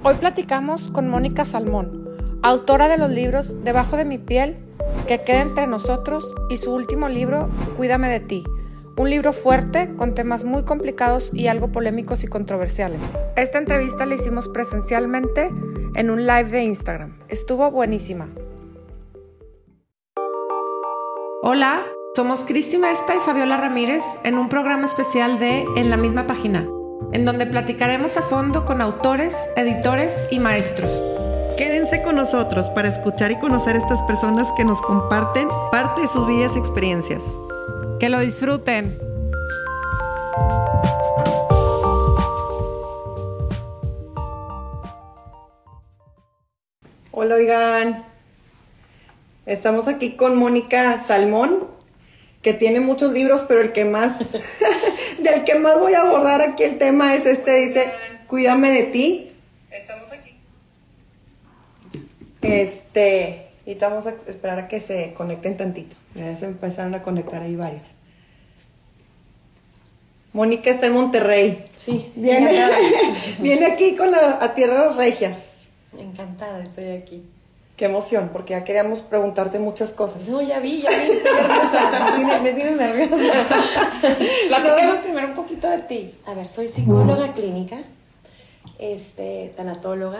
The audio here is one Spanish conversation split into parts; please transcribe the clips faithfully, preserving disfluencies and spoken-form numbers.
Hoy platicamos con Mónica Salmón, autora de los libros Debajo de mi piel, Que quede entre nosotros y su último libro, Cuídame de ti. Un libro fuerte con temas muy complicados y algo polémicos y controversiales. Esta entrevista la hicimos presencialmente en un live de Instagram. Estuvo buenísima. Hola, somos Cristi Mesta y Fabiola Ramírez en un programa especial de En la misma página, en donde platicaremos a fondo con autores, editores y maestros. Quédense con nosotros para escuchar y conocer a estas personas que nos comparten parte de sus vidas y experiencias. ¡Que lo disfruten! Hola, oigan. Estamos aquí con Mónica Salmón, que tiene muchos libros, pero el que más, del que más voy a abordar aquí el tema es este, dice, Cuídame de ti. Estamos aquí. Este, y vamos a esperar a que se conecten tantito. Ya se empezaron a conectar ahí varios. Mónica está en Monterrey. Sí, Viene, viene aquí con la, a Tierras Regias. Encantada, estoy aquí. Qué emoción, porque ya queríamos preguntarte muchas cosas. No, ya vi, ya vi, estoy nerviosa, me tienes nerviosa. Platicamos primero un poquito de ti. A ver, soy psicóloga clínica, este, tanatóloga,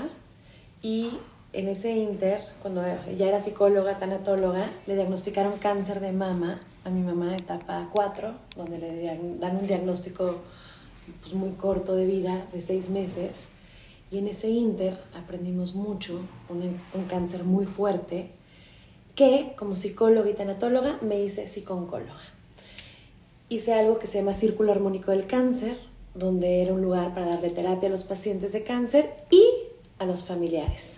y en ese inter, cuando ya era psicóloga, tanatóloga, le diagnosticaron cáncer de mama a mi mamá de etapa cuatro, donde le dan un diagnóstico pues, muy corto de vida, de seis meses. Y en ese inter aprendimos mucho, un, un cáncer muy fuerte, que como psicóloga y tanatóloga me hice psicooncóloga. Hice algo que se llama Círculo Armónico del Cáncer, donde era un lugar para darle terapia a los pacientes de cáncer y a los familiares.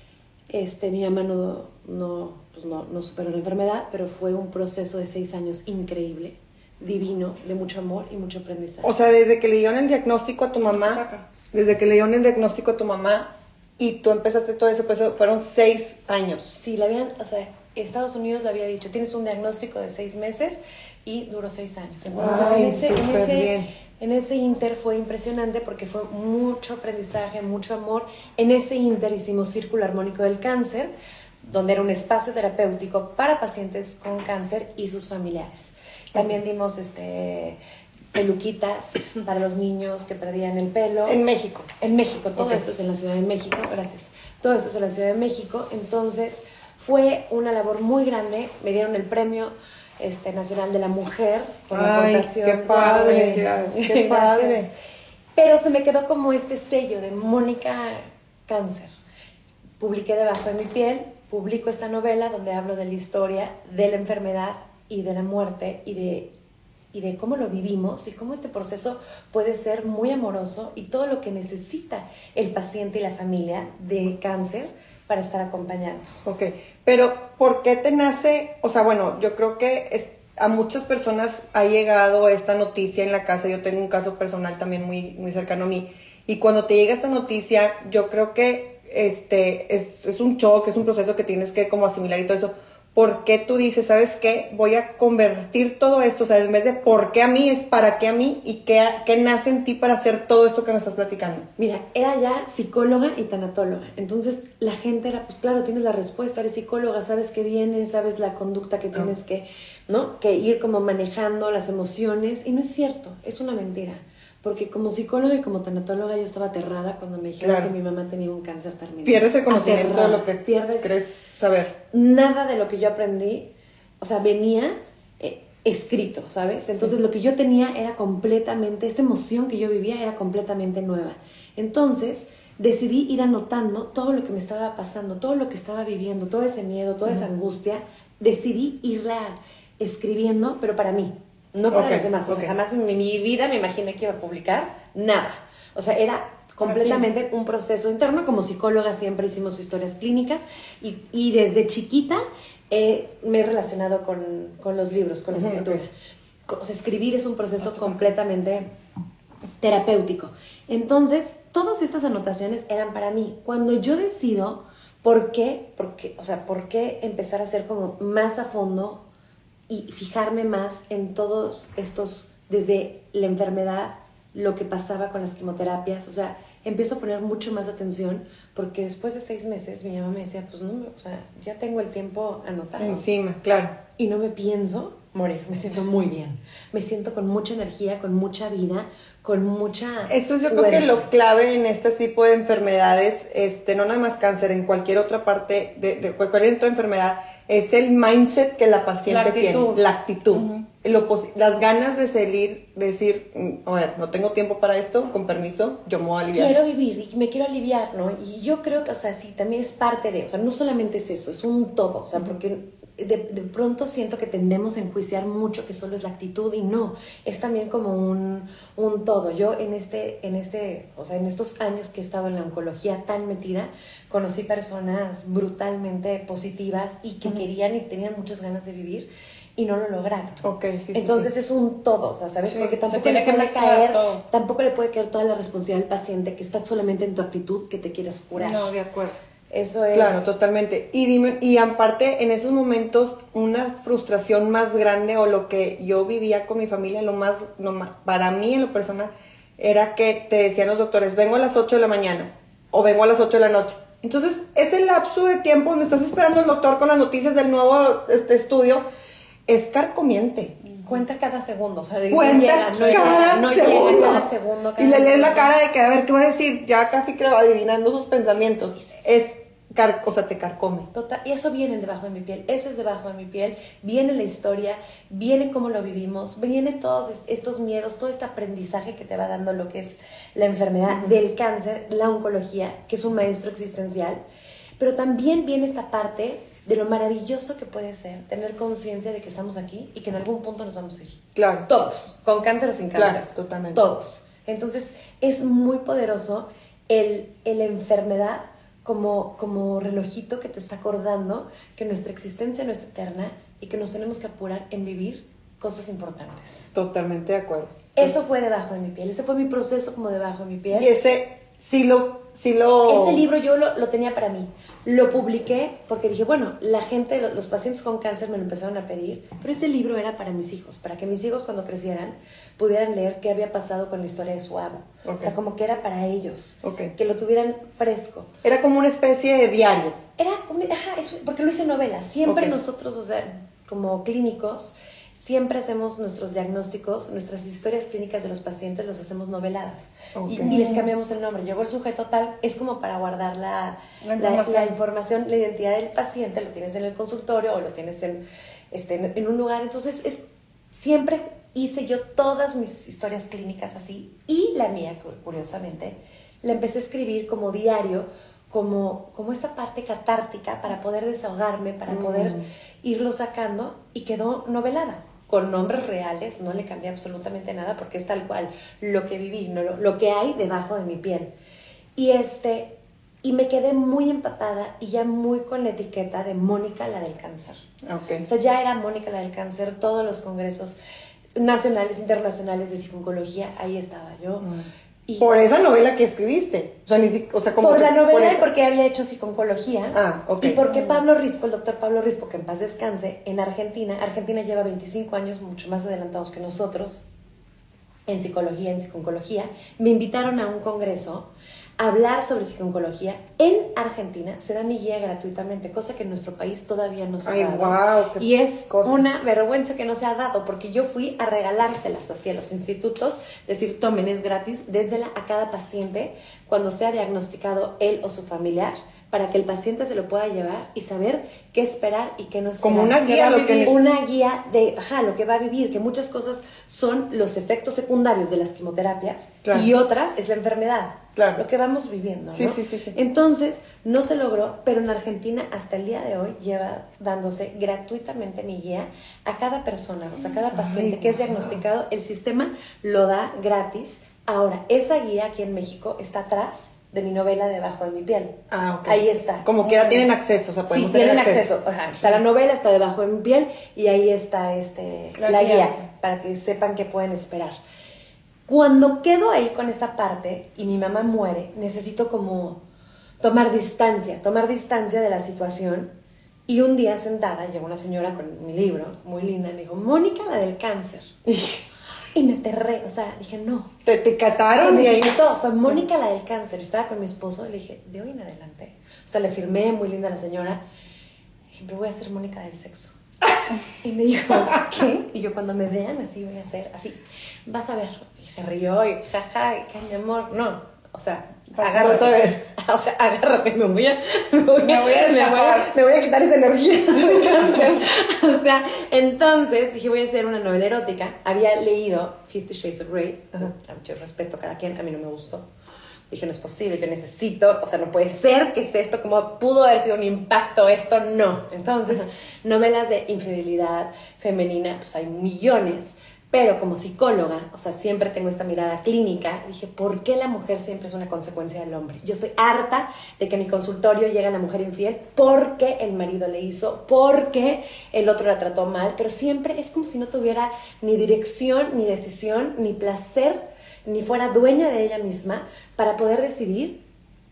Este, mi mamá no, no, pues no, no superó la enfermedad, pero fue un proceso de seis años increíble, divino, de mucho amor y mucho aprendizaje. O sea, desde que le dieron el diagnóstico a tu mamá, desde que le dieron el diagnóstico a tu mamá y tú empezaste todo eso, pues fueron seis años. Sí, le habían, o sea, Estados Unidos le había dicho, tienes un diagnóstico de seis meses y duró seis años. Entonces, Ay, en, ese, en, ese, bien. en ese inter fue impresionante porque fue mucho aprendizaje, mucho amor. En ese inter hicimos Círculo Armónico del Cáncer, donde era un espacio terapéutico para pacientes con cáncer y sus familiares. También dimos este... peluquitas para los niños que perdían el pelo. En México. En México, todo Okay. esto es en la Ciudad de México, gracias. Todo esto es en la Ciudad de México, entonces fue una labor muy grande. Me dieron el premio este, nacional de la mujer por la Ay, aportación. qué padre, qué padre. Gracias. Pero se me quedó como este sello de Mónica Cáncer. Publiqué Debajo de mi piel, publico esta novela donde hablo de la historia, de la enfermedad y de la muerte y de y de cómo lo vivimos y cómo este proceso puede ser muy amoroso y todo lo que necesita el paciente y la familia de cáncer para estar acompañados. Ok, pero ¿por qué te nace? O sea, bueno, yo creo que es, a muchas personas ha llegado esta noticia en la casa. Yo tengo un caso personal también muy, muy cercano a mí. Y cuando te llega esta noticia, yo creo que este, es, es un shock, es un proceso que tienes que como asimilar y todo eso. ¿Por qué tú dices, sabes qué? Voy a convertir todo esto, o sea, en vez de por qué a mí, es para qué a mí y qué, qué nace en ti para hacer todo esto que me estás platicando? Mira, era ya psicóloga y tanatóloga, entonces la gente era, pues claro, tienes la respuesta, eres psicóloga, sabes qué viene, sabes la conducta que tienes que, ¿no? Que ir como manejando las emociones, y no es cierto, es una mentira. Porque como psicóloga y como tanatóloga yo estaba aterrada cuando me dijeron Claro. que mi mamá tenía un cáncer terminal. Pierdes el conocimiento Aterrada. de lo que Pierdes crees saber. Nada de lo que yo aprendí, o sea, venía eh, escrito, ¿sabes? Entonces sí. Lo que yo tenía era completamente, esta emoción que yo vivía era completamente nueva. Entonces decidí ir anotando todo lo que me estaba pasando, todo lo que estaba viviendo, todo ese miedo, toda uh-huh. esa angustia. Decidí irla escribiendo, pero para mí. No para okay, los demás, o okay. sea, jamás en mi vida me imaginé que iba a publicar nada. O sea, era completamente un proceso interno. Como psicóloga siempre hicimos historias clínicas y, y desde chiquita eh, me he relacionado con, con los libros, con la escritura. Okay. O sea, escribir es un proceso completamente terapéutico. Entonces, todas estas anotaciones eran para mí. Cuando yo decido por qué, por qué, o sea, por qué empezar a hacer como más a fondo y fijarme más en todos estos, desde la enfermedad, lo que pasaba con las quimioterapias, o sea, empiezo a poner mucho más atención, porque después de seis meses mi mamá me decía, pues no, o sea, ya tengo el tiempo anotado. Encima, claro. Y no me pienso morir, me siento muy bien. Me siento con mucha energía, con mucha vida, con mucha Eso es yo fuerza. creo que lo clave en este tipo de enfermedades, este, no nada más cáncer, en cualquier otra parte, de, de cualquier otra enfermedad, es el mindset que la paciente La tiene, actitud. la actitud. Uh-huh. Lo pos- las ganas de salir, decir, mm, a ver, no tengo tiempo para esto, con permiso, yo me voy a aliviar. Quiero vivir y me quiero aliviar, ¿no? Y yo creo que, o sea, sí, también es parte de, o sea, no solamente es eso, es un todo, o sea, porque de, de pronto siento que tendemos a enjuiciar mucho que solo es la actitud y no, es también como un, un todo. Yo en este, en este, o sea, en estos años que he estado en la oncología tan metida, conocí personas brutalmente positivas y que uh-huh. querían y tenían muchas ganas de vivir y no lo lograron. Okay, sí, sí, Entonces sí. es un todo, o sea, ¿sabes? Sí, porque tampoco tiene le que puede mezclar caer, todo. tampoco le puede caer toda la responsabilidad al paciente que está solamente en tu actitud que te quieras curar. No, de acuerdo. Eso es. Claro, totalmente. Y dime, y aparte, en esos momentos, una frustración más grande o lo que yo vivía con mi familia, lo más, lo más para mí en lo personal, era que te decían los doctores, vengo a las ocho de la mañana o vengo a las ocho de la noche. Entonces, ese lapso de tiempo donde estás esperando al doctor con las noticias del nuevo este, estudio, es carcomiente. Cuenta cada segundo, o sea, de Cuenta no llega, no cada llega, no segundo. llega cada segundo. Cada y le lees segundo. la cara de que, a ver, ¿qué va a decir? Ya casi creo adivinando sus pensamientos. Es, car o sea, te carcome. Total, y eso viene debajo de mi piel, eso es debajo de mi piel, viene la historia, viene cómo lo vivimos, viene todos estos miedos, todo este aprendizaje que te va dando lo que es la enfermedad uh-huh. del cáncer, la oncología, que es un maestro existencial, pero también viene esta parte de lo maravilloso que puede ser tener conciencia de que estamos aquí y que en algún punto nos vamos a ir. Claro. Todos, con cáncer o sin cáncer. Claro, totalmente. Todos. Entonces, es muy poderoso el, el enfermedad como, como relojito que te está acordando que nuestra existencia no es eterna y que nos tenemos que apurar en vivir cosas importantes. Totalmente de acuerdo. Eso fue debajo de mi piel, ese fue mi proceso como debajo de mi piel. Y ese, sí lo... Sí lo... Ese libro yo lo, lo tenía para mí. Lo publiqué porque dije, bueno, la gente, los pacientes con cáncer me lo empezaron a pedir, pero ese libro era para mis hijos, para que mis hijos cuando crecieran pudieran leer qué había pasado con la historia de su amo. Okay. O sea, como que era para ellos, okay. que lo tuvieran fresco. Era como una especie de diario. Era, un, ajá, es, porque lo hice novela. Siempre okay. nosotros, o sea, como clínicos, siempre hacemos nuestros diagnósticos, nuestras historias clínicas de los pacientes los hacemos noveladas okay. y, y les cambiamos el nombre. Llegó el sujeto tal, es como para guardar la, la, información. La, la información, la identidad del paciente, lo tienes en el consultorio o lo tienes en, este, en, en un lugar. Entonces, es, siempre hice yo todas mis historias clínicas así y la mía, curiosamente, la empecé a escribir como diario, como, como esta parte catártica para poder desahogarme, para mm. poder irlo sacando y quedó novelada. Con nombres reales, no le cambié absolutamente nada porque es tal cual lo que viví, no, lo, lo que hay debajo de mi piel. Y, este, y me quedé muy empapada y ya muy con la etiqueta de Mónica, la del cáncer. Okay. O sea, ya era Mónica, la del cáncer, todos los congresos nacionales, internacionales de psicología, ahí estaba yo. Mm. Y por esa novela que escribiste. O sea, ni, o sea, como por que, la novela por y porque había hecho psiconcología. Ah, ok. Y porque Pablo Rispo, el doctor Pablo Rispo, que en paz descanse, en Argentina, Argentina lleva veinticinco años mucho más adelantados que nosotros en psicología, en psiconcología. Me invitaron a un congreso a hablar sobre psiconcología. En Argentina se da mi guía gratuitamente, cosa que en nuestro país todavía no se Ay, ha dado. Wow, y es cosa. Una vergüenza que no se ha dado, porque yo fui a regalárselas así a los institutos, decir, tomen, es gratis, désela a cada paciente cuando sea diagnosticado él o su familiar, para que el paciente se lo pueda llevar y saber qué esperar y qué no esperar. Como una guía, lo que una guía de ajá, lo que va a vivir, que muchas cosas son los efectos secundarios de las quimioterapias claro. y otras es la enfermedad, claro. lo que vamos viviendo, sí, ¿no? sí, sí, sí. Entonces, no se logró, pero en Argentina hasta el día de hoy lleva dándose gratuitamente mi guía a cada persona, o sea, a cada paciente Ay, que es diagnosticado, el sistema lo da gratis. Ahora, esa guía aquí en México está atrás de mi novela Debajo de mi piel. Ah, ok. Ahí está. Como quiera tienen acceso, o sea, podemos sí, tener tienen acceso. acceso. Ajá, está la novela, está Debajo de mi piel y ahí está este, la, la guía. guía para que sepan qué pueden esperar. Cuando quedo ahí con esta parte y mi mamá muere, necesito como tomar distancia, tomar distancia de la situación. Y un día sentada, llegó una señora con mi libro, muy linda, y me dijo, Mónica, la del cáncer. Y me aterré, o sea, dije, no. Te, te cataron O sea, y me ahí... quitó. Fue Mónica la del cáncer. Yo estaba con mi esposo y le dije, de hoy en adelante. O sea, le firmé, muy linda la señora. Dije, pero voy a ser Mónica del sexo. Y me dijo, ¿qué? Y yo, cuando me vean así, voy a hacer así. Vas a ver. Y se rió y jaja, y que mi amor. No, o sea, agárrate. Vas a ver. O sea, agárrate, me voy a, me voy a, Me voy a me voy a, escapar. me voy a quitar esa energía de cáncer. O sea, entonces dije, voy a hacer una novela erótica. Había leído Fifty Shades of Grey. Uh-huh. Yo respeto a cada quien, a mí no me gustó. Dije, no es posible, yo necesito, o sea, no puede ser que es esto, como pudo haber sido un impacto esto, no. Entonces, uh-huh. novelas de infidelidad femenina, pues hay millones, pero como psicóloga, o sea, siempre tengo esta mirada clínica, dije, ¿por qué la mujer siempre es una consecuencia del hombre? Yo estoy harta de que a mi consultorio llega la mujer infiel porque el marido le hizo, porque el otro la trató mal, pero siempre es como si no tuviera ni dirección, ni decisión, ni placer, ni fuera dueña de ella misma para poder decidir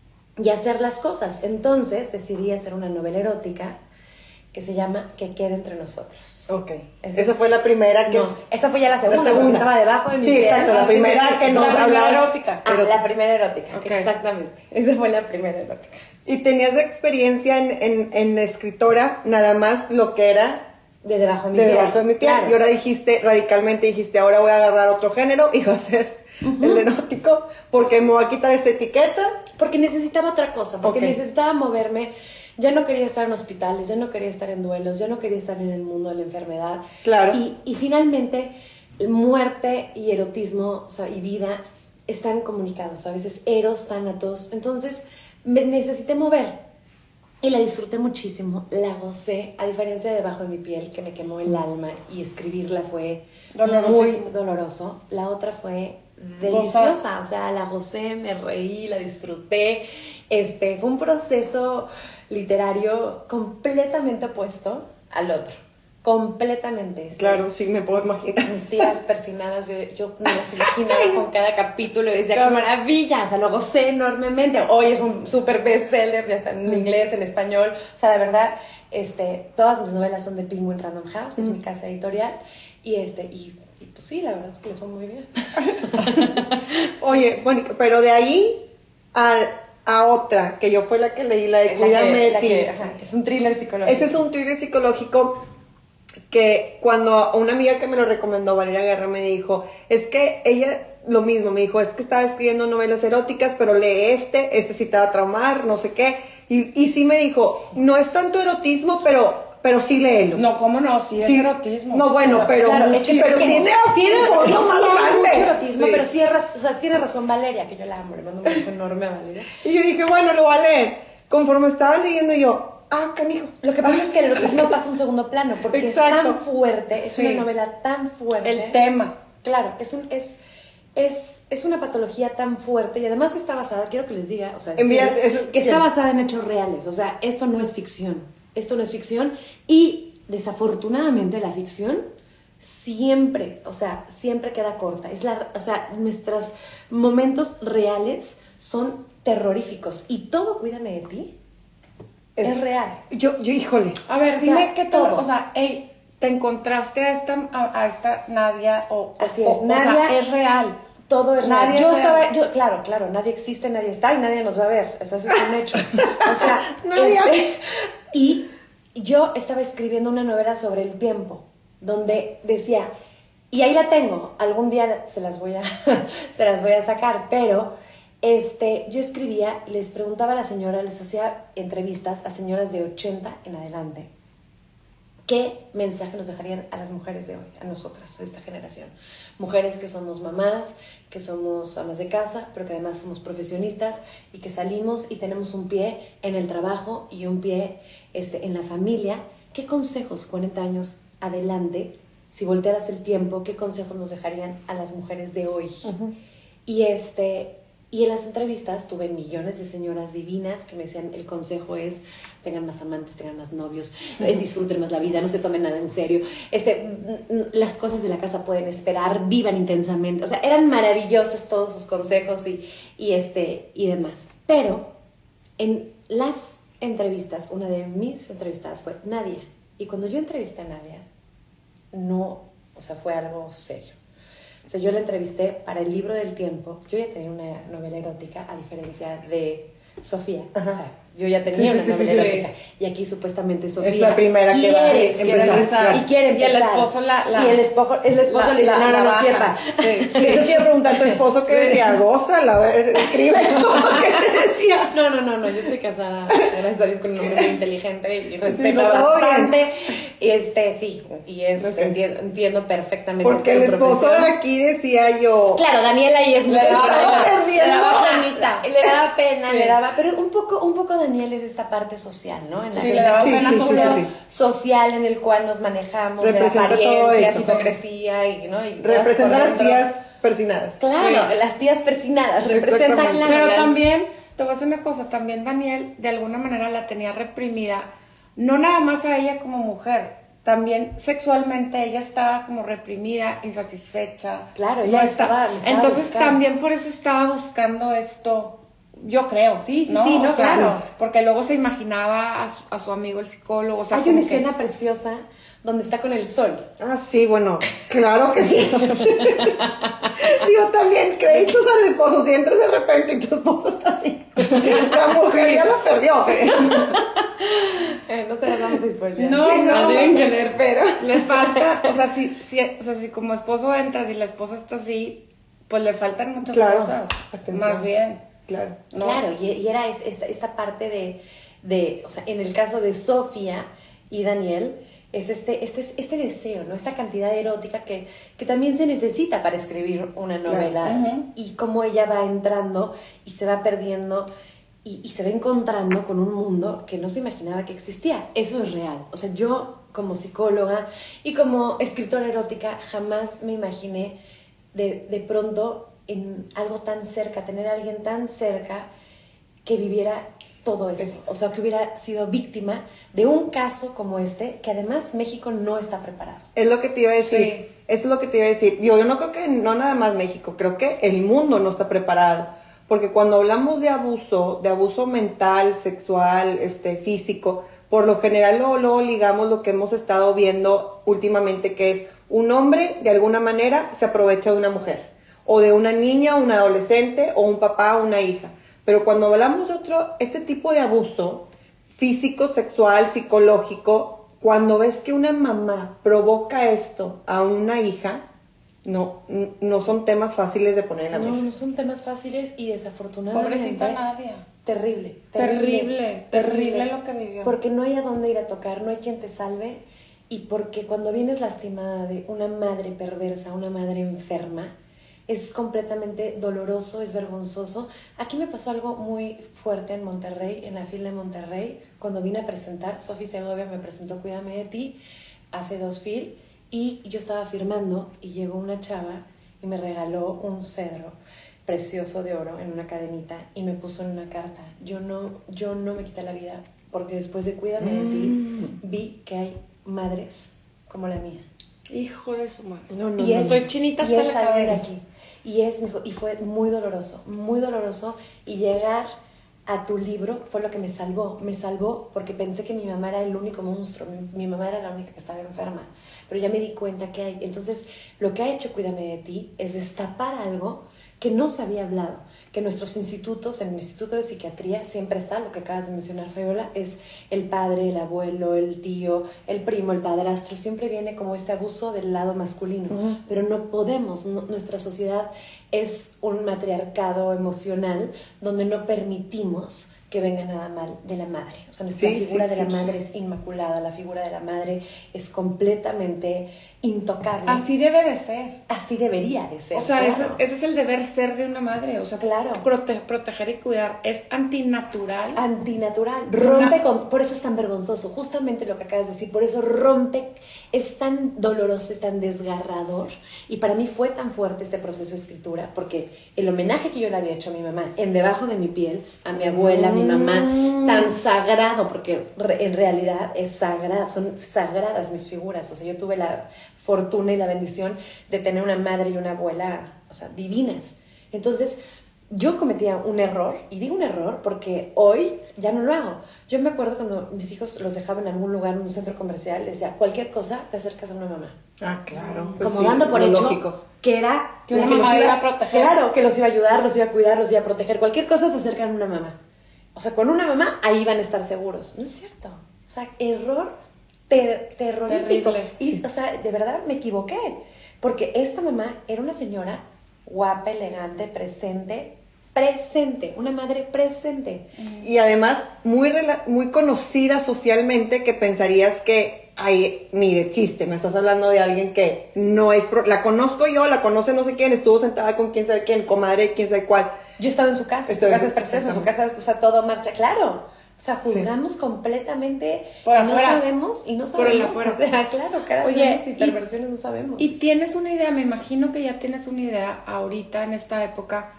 y hacer las cosas. Entonces decidí hacer una novela erótica que se llama Que quede entre nosotros. Ok. Esa, esa es, fue la primera que... No, esa fue ya la segunda, la segunda. porque estaba debajo de mi Sí, piel. exacto, la Ah, primera sí, que sí, nos la primera hablabas... erótica. Ah, Pero- la primera erótica, Okay. exactamente. Esa fue la primera erótica. Y tenías de experiencia en, en, en escritora, nada más lo que era De debajo de mi de piel. debajo de mi piel. Claro. Y ahora dijiste, radicalmente dijiste, ahora voy a agarrar otro género y va a ser uh-huh. el erótico, porque me voy a quitar esta etiqueta. Porque necesitaba otra cosa, porque Okay. necesitaba moverme. Ya no quería estar en hospitales, ya no quería estar en duelos, ya no quería estar en el mundo de la enfermedad. Claro. Y, y finalmente, muerte y erotismo, o sea, y vida están comunicados. A veces eros, tánatos. Entonces, me necesité mover. Y la disfruté muchísimo, la gocé, a diferencia de Debajo de mi piel, que me quemó el alma, y escribirla fue muy doloroso. La otra fue deliciosa, Gozar. O sea, la gocé, me reí, la disfruté. Este, fue un proceso literario completamente opuesto al otro. Completamente. Este, Claro, sí, me puedo imaginar. Mis tías persinadas, yo, yo me las imaginaba con cada capítulo y decía, claro. ¡Qué maravilla! O sea, lo gocé enormemente. Hoy es un súper bestseller, ya está en inglés, en español. O sea, de verdad, este, todas mis novelas son de Penguin Random House, es mm. mi casa editorial. Y, este, y, y pues sí, la verdad es que les fue muy bien. Oye, Mónica, pero de ahí a, a otra, que yo fue la que leí, la de Cuídame de ti. Es un thriller psicológico. Ese es un thriller psicológico que cuando una amiga que me lo recomendó, Valeria Guerra, me dijo, es que ella, lo mismo, me dijo, es que estaba escribiendo novelas eróticas, pero lee este, este sí te va a traumar, no sé qué, y, y sí me dijo, no es tanto erotismo, pero... Pero sí léelo. No, ¿cómo no? Sí es sí. erotismo. No, bueno, pero, claro, es que, pero es que tiene sí un fondo más grande. Mucho erotismo, sí. pero sí, raz- o sea, tiene razón Valeria, que yo la amo, le mando un beso enorme a Valeria. Y yo dije, bueno, lo voy a leer. Conforme estaba leyendo yo, ah, canijo. Lo que pasa ah. es que el erotismo pasa en segundo plano, porque Exacto. es tan fuerte, es sí. una novela tan fuerte. El tema. Claro, es un... Es, Es, es una patología tan fuerte y además está basada, quiero que les diga, o sea, Envía, decir, es, que está basada en hechos reales, o sea, esto no es ficción, esto no es ficción y desafortunadamente la ficción siempre, o sea, siempre queda corta, es la, o sea, nuestros momentos reales son terroríficos y todo Cuídame de ti es, es real. Yo, yo, híjole. A ver, o dime sea, qué todo, o sea, hey, te encontraste a esta, a, a esta Nadia o así o, es, Nadia, o sea, es real. Todo es real. Nadie Yo es estaba, real. yo, claro, claro, nadie existe, nadie está y nadie nos va a ver. Eso, eso es un hecho. O sea, este, y yo estaba escribiendo una novela sobre el tiempo, donde decía, y ahí la tengo, algún día se las voy a, se las voy a sacar, pero este, yo escribía, les preguntaba a la señora, les hacía entrevistas a señoras de ochenta en adelante. ¿Qué mensaje nos dejarían a las mujeres de hoy, a nosotras, de esta generación? Mujeres que somos mamás, que somos amas de casa, pero que además somos profesionistas y que salimos y tenemos un pie en el trabajo y un pie este, en la familia. ¿Qué consejos, cuarenta años adelante, si voltearas el tiempo, qué consejos nos dejarían a las mujeres de hoy? Uh-huh. Y este... Y en las entrevistas tuve millones de señoras divinas que me decían, el consejo es, tengan más amantes, tengan más novios, uh-huh. disfruten más la vida, no se tomen nada en serio, este, las cosas de la casa pueden esperar, vivan intensamente. O sea, eran maravillosos todos sus consejos y, y, este, y demás. Pero en las entrevistas, una de mis entrevistadas fue Nadia. Y cuando yo entrevisté a Nadia, no, o sea, fue algo serio. O sea, yo la entrevisté para el libro del tiempo. Yo ya tenía una novela erótica, a diferencia de Sofía. Ajá. O sea, yo ya tenía sí, una sí, novela sí, erótica. Sí. Y aquí supuestamente Sofía es la primera que va a empezar. empezar. Y quiere empezar. Y el esposo la... la y el esposo, el esposo la, le dice, no, no, no, quieta. Sí. Sí. Yo quiero preguntar a tu esposo qué sí. decía. Gózala, a ver, escribe. ¿Qué te decía? No, no, no, no. Yo estoy casada, gracias a Dios, con un hombre muy inteligente y respeta sí, bastante. Y este, sí. Y es, okay. entiendo, entiendo perfectamente. Porque el esposo de aquí decía yo... Claro, Daniela y es le daba pena. Le daba penita. Le daba pena, sí. le daba... Pero un poco, un poco Daniel es esta parte social, ¿no? En la sí, le daba sí, pena sí, social, sí, sí. social en el cual nos manejamos, de apariencias, hipocresía y, ¿no? Y representa a las tías persinadas. Claro, sí. las tías persinadas, representa claro. Pero las... también, te voy a decir una cosa, también Daniel de alguna manera la tenía reprimida, no nada más a ella como mujer, también sexualmente ella estaba como reprimida, insatisfecha. Claro, ella no estaba, estaba Entonces buscando. También por eso estaba buscando esto. Yo creo, sí, sí, ¿no? sí, no, o sea, claro. Porque luego se imaginaba a su, a su amigo el psicólogo. O sea, hay como una que... escena preciosa donde está con el sol. Ah, sí, bueno, claro que sí. Yo también créditos al esposo. Si entras de repente y tu esposo está así, la mujer ya lo perdió. Sí. eh, no se las vamos a spoiler. No, sí, no, no deben querer, pero les falta, o sea, si, si, o sea, si como esposo entras y la esposa está así, pues le faltan muchas claro, cosas. atención. Más bien. Claro, ¿no? Claro, y, y era esta, esta parte de, de, o sea, en el caso de Sofía y Daniel, es este, este, este deseo, ¿no? Esta cantidad erótica que, que también se necesita para escribir una novela, claro. uh-huh. y cómo ella va entrando y se va perdiendo y, y se va encontrando con un mundo que no se imaginaba que existía. Eso es real. O sea, yo como psicóloga y como escritora erótica jamás me imaginé de, de pronto en algo tan cerca, tener a alguien tan cerca que viviera todo esto, o sea, que hubiera sido víctima de un caso como este, que además México no está preparado. Es lo que te iba a decir, sí. Eso es lo que te iba a decir. Yo, yo no creo que, no nada más México, creo que el mundo no está preparado, porque cuando hablamos de abuso, de abuso mental, sexual, este, físico, por lo general luego, luego ligamos lo que hemos estado viendo últimamente, que es un hombre, de alguna manera, se aprovecha de una mujer, o de una niña, un adolescente, o un papá, o una hija. Pero cuando hablamos de otro, este tipo de abuso físico, sexual, psicológico, cuando ves que una mamá provoca esto a una hija, no, no son temas fáciles de poner en la no, mesa. No, no son temas fáciles y desafortunadamente... Pobrecita Nadia. Terrible, terrible, terrible, terrible lo que vivió. Porque no hay a dónde ir a tocar, no hay quien te salve, y porque cuando vienes lastimada de una madre perversa, una madre enferma, es completamente doloroso, es vergonzoso. Aquí me pasó algo muy fuerte en Monterrey, en la fila de Monterrey, cuando vine a presentar, Sofía Segovia me presentó Cuídame de Ti, hace dos fil, y yo estaba firmando, y llegó una chava y me regaló un cedro precioso de oro en una cadenita, y me puso en una carta. Yo no, yo no me quité la vida, porque después de Cuídame de Ti, Mm. vi que hay madres como la mía. Hijo de su madre. No, no, y no. es, Estoy chinita y hasta es la salir de cabeza. aquí. Y es, mijo, y fue muy doloroso, muy doloroso. Y llegar a tu libro fue lo que me salvó. Me salvó porque pensé que mi mamá era el único monstruo. Mi, mi mamá era la única que estaba enferma. Pero ya me di cuenta que hay. Entonces, lo que ha hecho Cuídame de Ti es destapar algo que no se había hablado. Que en nuestros institutos, en el Instituto de Psiquiatría, siempre está, lo que acabas de mencionar, Fabiola, es el padre, el abuelo, el tío, el primo, el padrastro. Siempre viene como este abuso del lado masculino. Uh-huh. Pero no podemos, no, nuestra sociedad es un matriarcado emocional donde no permitimos que venga nada mal de la madre. O sea, nuestra sí, figura sí, de sí, la sí. madre es inmaculada, la figura de la madre es completamente intocable. Así debe de ser. Así debería de ser. O sea, claro. eso, ese es el deber ser de una madre. O sea, claro. prote- proteger y cuidar. Es antinatural. Antinatural. Rompe Una... con... Por eso es tan vergonzoso. Justamente lo que acabas de decir. Por eso rompe. Es tan doloroso y tan desgarrador. Y para mí fue tan fuerte este proceso de escritura. Porque el homenaje que yo le había hecho a mi mamá, en Debajo de mi piel, a mi abuela, a mi mamá, tan sagrado, porque en realidad es sagrada, son sagradas mis figuras. O sea, yo tuve la fortuna y la bendición de tener una madre y una abuela, o sea, divinas. Entonces, yo cometía un error, y digo un error porque hoy ya no lo hago. Yo me acuerdo cuando mis hijos los dejaba en algún lugar, en un centro comercial, decía, cualquier cosa, te acercas a una mamá. Ah, claro. Como Pues sí, dando por lo hecho lógico. que era que una la mamá los iba a proteger. Claro, que los iba a ayudar, los iba a cuidar, los iba a proteger. Cualquier cosa se acercan a una mamá. O sea, con una mamá ahí van a estar seguros. No es cierto. O sea, error ter- terrorífico. Terrible. Y, Sí. o sea, de verdad me equivoqué. Porque esta mamá era una señora guapa, elegante, presente, presente, una madre presente. Y además muy, rela- muy conocida socialmente, que pensarías que, ay, ni de chiste, me estás hablando de alguien que no es, pro- la conozco yo, la conoce no sé quién, estuvo sentada con quién sabe quién, comadre de quién sabe cuál. Yo estaba en su casa, Estoy su en casa su- es preciosa, su exactamente. casa, o sea, todo marcha, claro. O sea, juzgamos completamente, Por y no afuera. sabemos, y no Por el sabemos. afuera. O sea, claro, caras Oye, vemos y y- perversiones no sabemos. Y tienes una idea, me imagino que ya tienes una idea ahorita en esta época,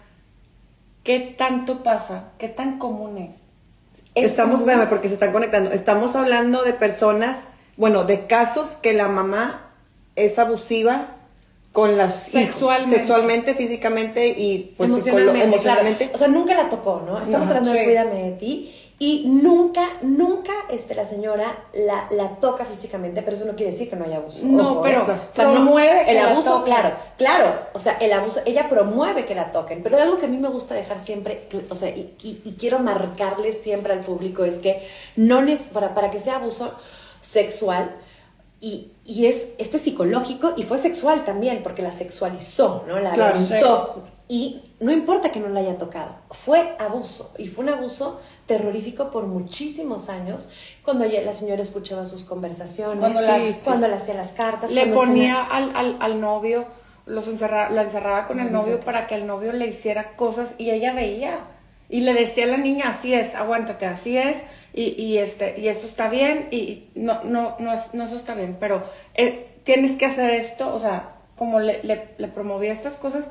¿qué tanto pasa? ¿Qué tan común es? Es Estamos, como- espérame, porque se están conectando, estamos hablando de personas, bueno, de casos que la mamá es abusiva con las hijos, Sexualmente. sexualmente, físicamente y pues emocionalmente, psicolo- emocionalmente. claro. O sea, nunca la tocó, ¿no? Estamos Ajá, hablando de sí. Cuídame de ti. Y nunca, nunca este, la señora la, la toca físicamente, pero eso no quiere decir que no haya abuso. No, Ojo, pero ¿eh? O sea, no, promueve que el la abuso, toquen. claro, claro. O sea, el abuso, ella promueve que la toquen. Pero algo que a mí me gusta dejar siempre, o sea, y, y- y quiero marcarle siempre al público es que no es para, para que sea abuso sexual. Y, y es este psicológico y fue sexual también, porque la sexualizó, ¿no? La Claro. aventó. Y no importa que no la haya tocado, fue abuso. Y fue un abuso terrorífico por muchísimos años, cuando ella- la señora escuchaba sus conversaciones, Cuando la- sí, sí, cuando sí. le hacía las cartas. Le cuando ponía estaba- al, al, al novio, los encerra, la encerraba con el novio para que el novio le hiciera cosas y ella veía. Y le decía a la niña, así es, aguántate, así es, y, y, este, y esto está bien, y, y no, no, no, es- no eso está bien, pero eh, tienes que hacer esto, o sea, como le, le, le promovía estas cosas.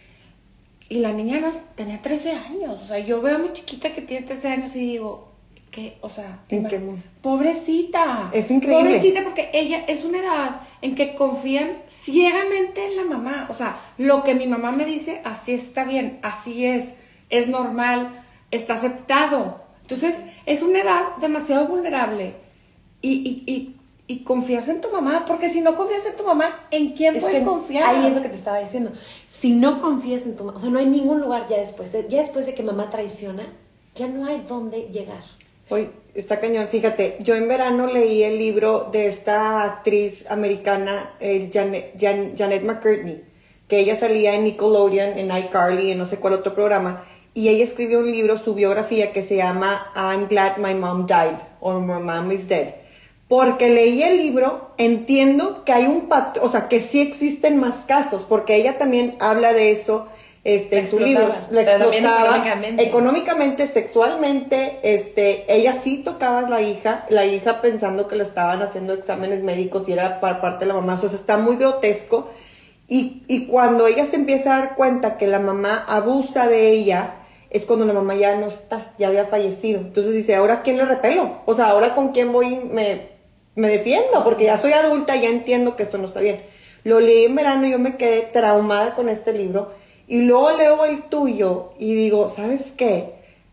Y la niña no, tenía trece años, o sea, yo veo a mi chiquita que tiene trece años y digo, ¿qué? O sea, ¿En ima- qué mundo? pobrecita. Es increíble. Pobrecita, porque ella es una edad en que confían ciegamente en la mamá. O sea, lo que mi mamá me dice, así está bien, así es, es normal, está aceptado. Entonces, es una edad demasiado vulnerable. Y, y, y, y confías en tu mamá, porque si no confías en tu mamá, ¿en quién Es puedes que confiar? ahí es lo que te estaba diciendo. Si no confías en tu mamá, o sea, no hay ningún lugar ya después, de, ya después de que mamá traiciona, ya no hay dónde llegar. Hoy está cañón, fíjate, yo en verano leí el libro de esta actriz americana, eh, Janet, Jan- Janet McCurdy, que ella salía en Nickelodeon, en iCarly, en no sé cuál otro programa, y ella escribió un libro, su biografía, que se llama I'm Glad My Mom Died, or My Mom is Dead. Porque leí el libro, entiendo que hay un patrón, o sea, que sí existen más casos, porque ella también habla de eso este, La en su explotaba, libro. La pero también explotaba económicamente. económicamente, sexualmente, este, ella sí tocaba a la hija, la hija pensando que le estaban haciendo exámenes médicos y era por parte de la mamá, o sea, está muy grotesco. Y, y cuando ella se empieza a dar cuenta que la mamá abusa de ella, es cuando la mamá ya no está, ya había fallecido. Entonces dice, ¿ahora quién le repelo? O sea, ¿ahora con quién voy y me, me defiendo? Porque ya soy adulta, ya entiendo que esto no está bien. Lo leí en verano y yo me quedé traumada con este libro. Y luego leo el tuyo y digo, ¿sabes qué?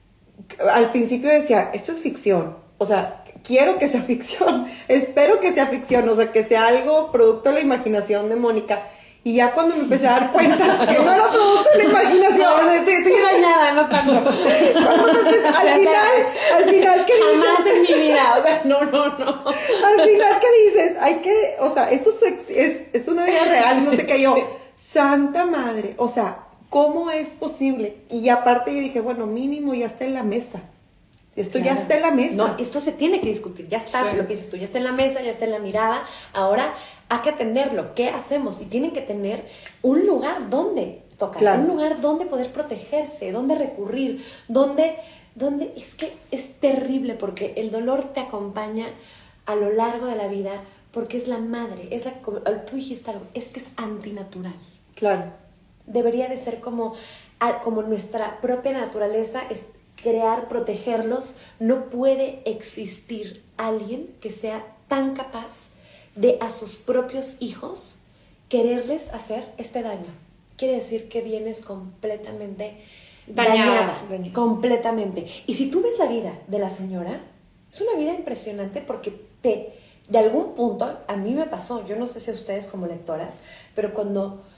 Al principio decía, esto es ficción. O sea, quiero que sea ficción. Espero que sea ficción. O sea, que sea algo producto de la imaginación de Mónica. Y ya cuando me empecé a dar cuenta que no era producto de la imaginación. No, estoy, estoy dañada, no tanto. Cuando me empecé- al final, al final, ¿qué dices? Jamás en mi vida, o sea, no, no, no. Al final, ¿qué dices? Hay que, o sea, esto es, es, es una vida real, no sé qué yo. Santa madre, o sea, ¿cómo es posible? Y aparte yo dije, bueno, mínimo ya está en la mesa. Esto ya Claro. está en la mesa. No, esto se tiene que discutir, ya está, Sí. lo que dices tú, ya está en la mesa, ya está en la mirada, ahora hay que atenderlo, ¿qué hacemos? Y tienen que tener un lugar donde tocar, Claro. un lugar donde poder protegerse, donde recurrir, donde, donde, es que es terrible porque el dolor te acompaña a lo largo de la vida porque es la madre, es la, como tú dijiste algo, es que es antinatural. Claro. Debería de ser como, a- como nuestra propia naturaleza, es crear, protegerlos. No puede existir alguien que sea tan capaz de a sus propios hijos quererles hacer este daño. Quiere decir que vienes completamente Dañada. dañada, Dañada. completamente. Y si tú ves la vida de la señora, es una vida impresionante porque te, de algún punto, a mí me pasó, yo no sé si a ustedes como lectoras, pero cuando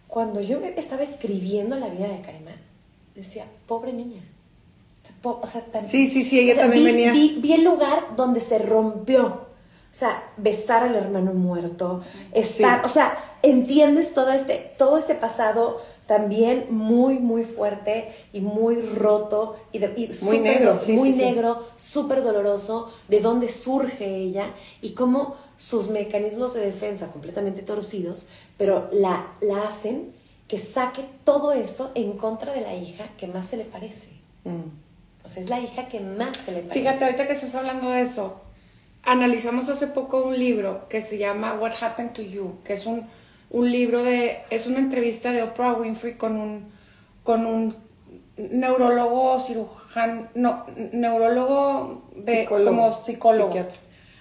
cuando yo estaba escribiendo la vida de Karima, decía, pobre niña. O sea, po- o sea, tan, Sí, sí, sí, ella o sea, también vi, venía. Vi, vi el lugar donde se rompió. O sea, besar al hermano muerto, estar, Sí. o sea, entiendes todo este, todo este pasado también muy, muy fuerte y muy roto y, de, y Muy súper negro, do- sí, muy sí, sí. negro, súper doloroso, de dónde surge ella y cómo sus mecanismos de defensa completamente torcidos, pero la, la hacen que saque todo esto en contra de la hija que más se le parece. Mm. O sea, es la hija que más se le parece. Fíjate, ahorita que estás hablando de eso, analizamos hace poco un libro que se llama What Happened to You, que es un, un libro de, es una entrevista de Oprah Winfrey con un, con un neurólogo, cirujano, no, neurólogo de, Psicólogo, como psicólogo. psiquiatra.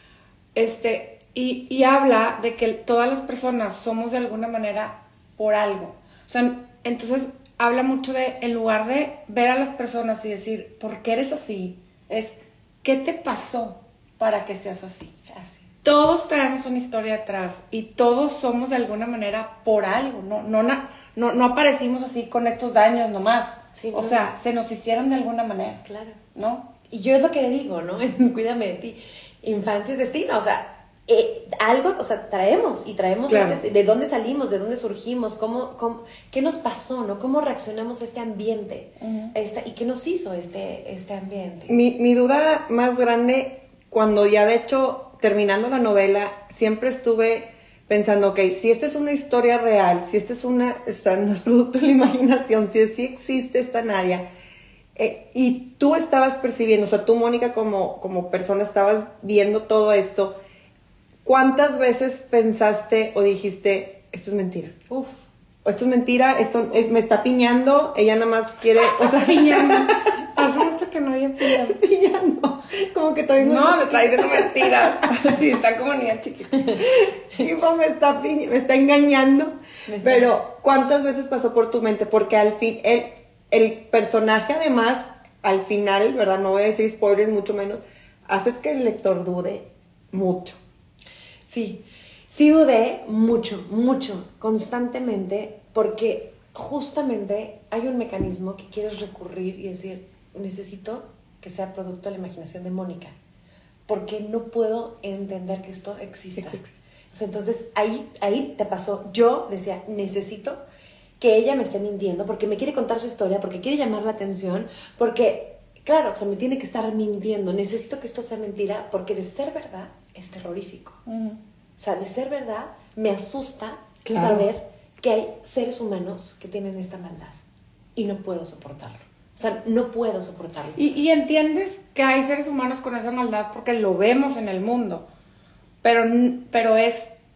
Este, y, y habla de que todas las personas somos de alguna manera por algo. O sea, entonces habla mucho de, en lugar de ver a las personas y decir, ¿por qué eres así? Es, ¿qué te pasó para que seas así? Así. Todos traemos una historia atrás y todos somos de alguna manera por algo, no, no, na- no, no aparecimos así con estos daños nomás. Sí, o no. sea, se nos hicieron de alguna manera, Claro. ¿no? Y yo es lo que le digo, ¿no? En Cuídame de ti. Infancia es destino, o sea, eh, algo, o sea, traemos y traemos Claro. este, de dónde salimos, de dónde surgimos, cómo, cómo, qué nos pasó, ¿no? Cómo reaccionamos a este ambiente, Ujú. esta, y qué nos hizo este, este ambiente. Mi, mi duda más grande, cuando ya de hecho, terminando la novela, siempre estuve pensando, ok, si esta es una historia real, si esta es una, esta no es producto de la imaginación, si sí existe esta Nadia, eh, y tú estabas percibiendo, o sea, tú, Mónica, como, como persona, estabas viendo todo esto, ¿cuántas veces pensaste o dijiste, esto es mentira? Uf. O esto es mentira, esto es- me está piñando, ella nada más quiere, o sea, Piñando. Hace mucho que no había piñado. piñando, como que todavía No, me está diciendo mentiras. Sí, está como niña chiquita. Hijo, me está, piñ- me está engañando. Me está- Pero, ¿cuántas veces pasó por tu mente? Porque al fin, el, el personaje además, al final, ¿verdad? No voy a decir spoilers, mucho menos, haces que el lector dude mucho. Sí, sí dudé mucho, mucho, constantemente, porque justamente hay un mecanismo que quieres recurrir y decir, necesito que sea producto de la imaginación de Mónica, porque no puedo entender que esto exista. Existe. O sea, entonces ahí, ahí te pasó, yo decía, necesito que ella me esté mintiendo, porque me quiere contar su historia, porque quiere llamar la atención, porque, claro, o sea, me tiene que estar mintiendo, necesito que esto sea mentira, porque de ser verdad es terrorífico. Ujú. O sea, de ser verdad, me asusta Claro. saber que hay seres humanos que tienen esta maldad. Y no puedo soportarlo. O sea, no puedo soportarlo. Y, y entiendes que hay seres humanos con esa maldad porque lo vemos en el mundo, pero, n- pero es,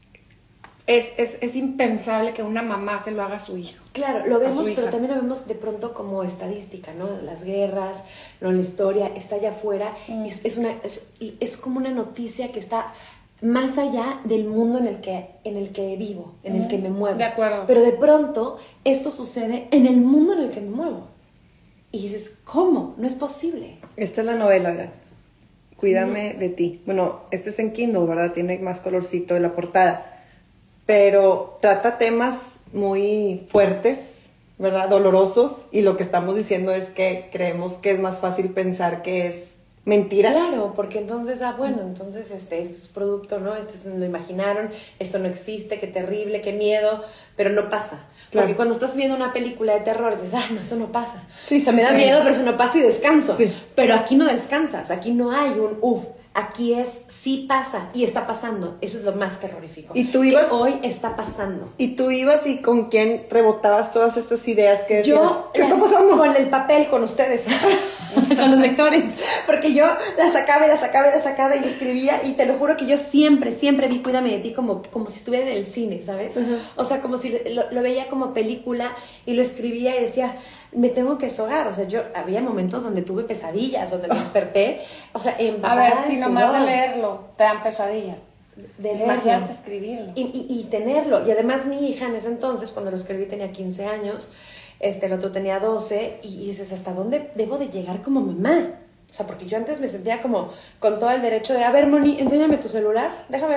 es, es, es impensable que una mamá se lo haga a su hijo. Claro, lo A vemos, su hija. pero también lo vemos de pronto como estadística, ¿no? Las guerras, ¿no? La historia está allá afuera. Mm. Y es, es, una, es, es como una noticia que está más allá del mundo en el que, en el que vivo, en el que me muevo. De acuerdo. Pero de pronto esto sucede en el mundo en el que me muevo. Y dices, ¿cómo? No es posible. Esta es la novela, ¿verdad? Cuídame de ti. Bueno, este es en Kindle, ¿verdad? Tiene más colorcito de la portada. Pero trata temas muy fuertes, ¿verdad? Dolorosos. Y lo que estamos diciendo es que creemos que es más fácil pensar que es mentira. Claro, porque entonces, ah, bueno, entonces este es producto, ¿no? Esto es- lo imaginaron, esto no existe, qué terrible, qué miedo, pero no pasa. Claro. Porque cuando estás viendo una película de terror, dices, ah, no, eso no pasa. Sí, o sea, sí, me da sí. miedo, pero eso no pasa y descanso. Sí. Pero aquí no descansas, aquí no hay un uff, aquí es, sí pasa y está pasando. Eso es lo más terrorífico. Y tú Que ibas- hoy está pasando. Y tú ibas y con quién rebotabas todas estas ideas que decías, Yo ¿qué está las- pasando? con el papel, con ustedes, con los lectores, porque yo la sacaba y la sacaba y la sacaba y escribía y te lo juro que yo siempre, siempre vi Cuídame de ti como, como si estuviera en el cine, ¿sabes? Ujú. O sea, como si lo, lo veía como película y lo escribía y decía, me tengo que sogar, o sea, yo había momentos donde tuve pesadillas, donde me desperté, o sea, A ver, empapada si en nomás de sudor, leerlo te dan pesadillas. de leerlo. Imagínate escribirlo. Y, y, y tenerlo. Y además mi hija en ese entonces, cuando lo escribí tenía quince años, este, el otro tenía doce, y, y dices, ¿hasta dónde debo de llegar como mamá? O sea, porque yo antes me sentía como con todo el derecho de, a ver, Moni, enséñame tu celular, déjame ver.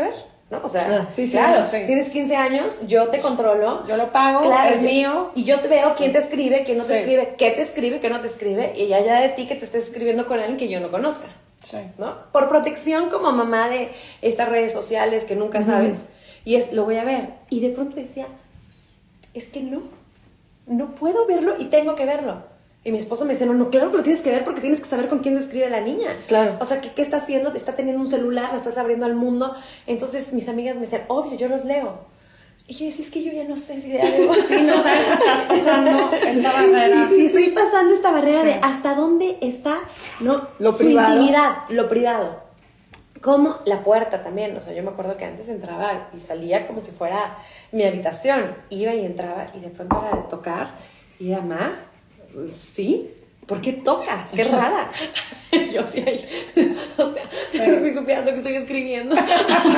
¿no? O sea, ah, sí, sí, claro, sí. tienes quince años, yo te controlo. Yo lo pago, claro, es yo, mío. Y yo te veo quién te escribe, quién no te Sí. escribe, qué te escribe, qué no te escribe, y ya ya de ti que te estés escribiendo con alguien que yo no conozca. Sí. ¿No? Por protección como mamá de estas redes sociales que nunca sabes. Y es, lo voy a ver. Y de pronto decía, es que no, no puedo verlo y tengo que verlo. Y mi esposo me dice, no, no, claro que lo tienes que ver porque tienes que saber con quién se escribe la niña. Claro. O sea, ¿qué, qué está haciendo? Está teniendo un celular, la estás abriendo al mundo. Entonces mis amigas me dicen, obvio, yo los leo. Y yo decía, es que yo ya no sé si de algo. Sí, no sabes si estás pasando esta barrera. Sí, sí, estoy pasando esta barrera Sí. de hasta dónde está, ¿no? Lo su privado. intimidad, lo privado. Como la puerta también, o sea, yo me acuerdo que antes entraba y salía como si fuera mi habitación. Iba y entraba y de pronto era de tocar y era, ma, sí, ¿por qué tocas? ¡Qué rara! Yo sí, ahí, o sea, estoy supiendo que estoy escribiendo. O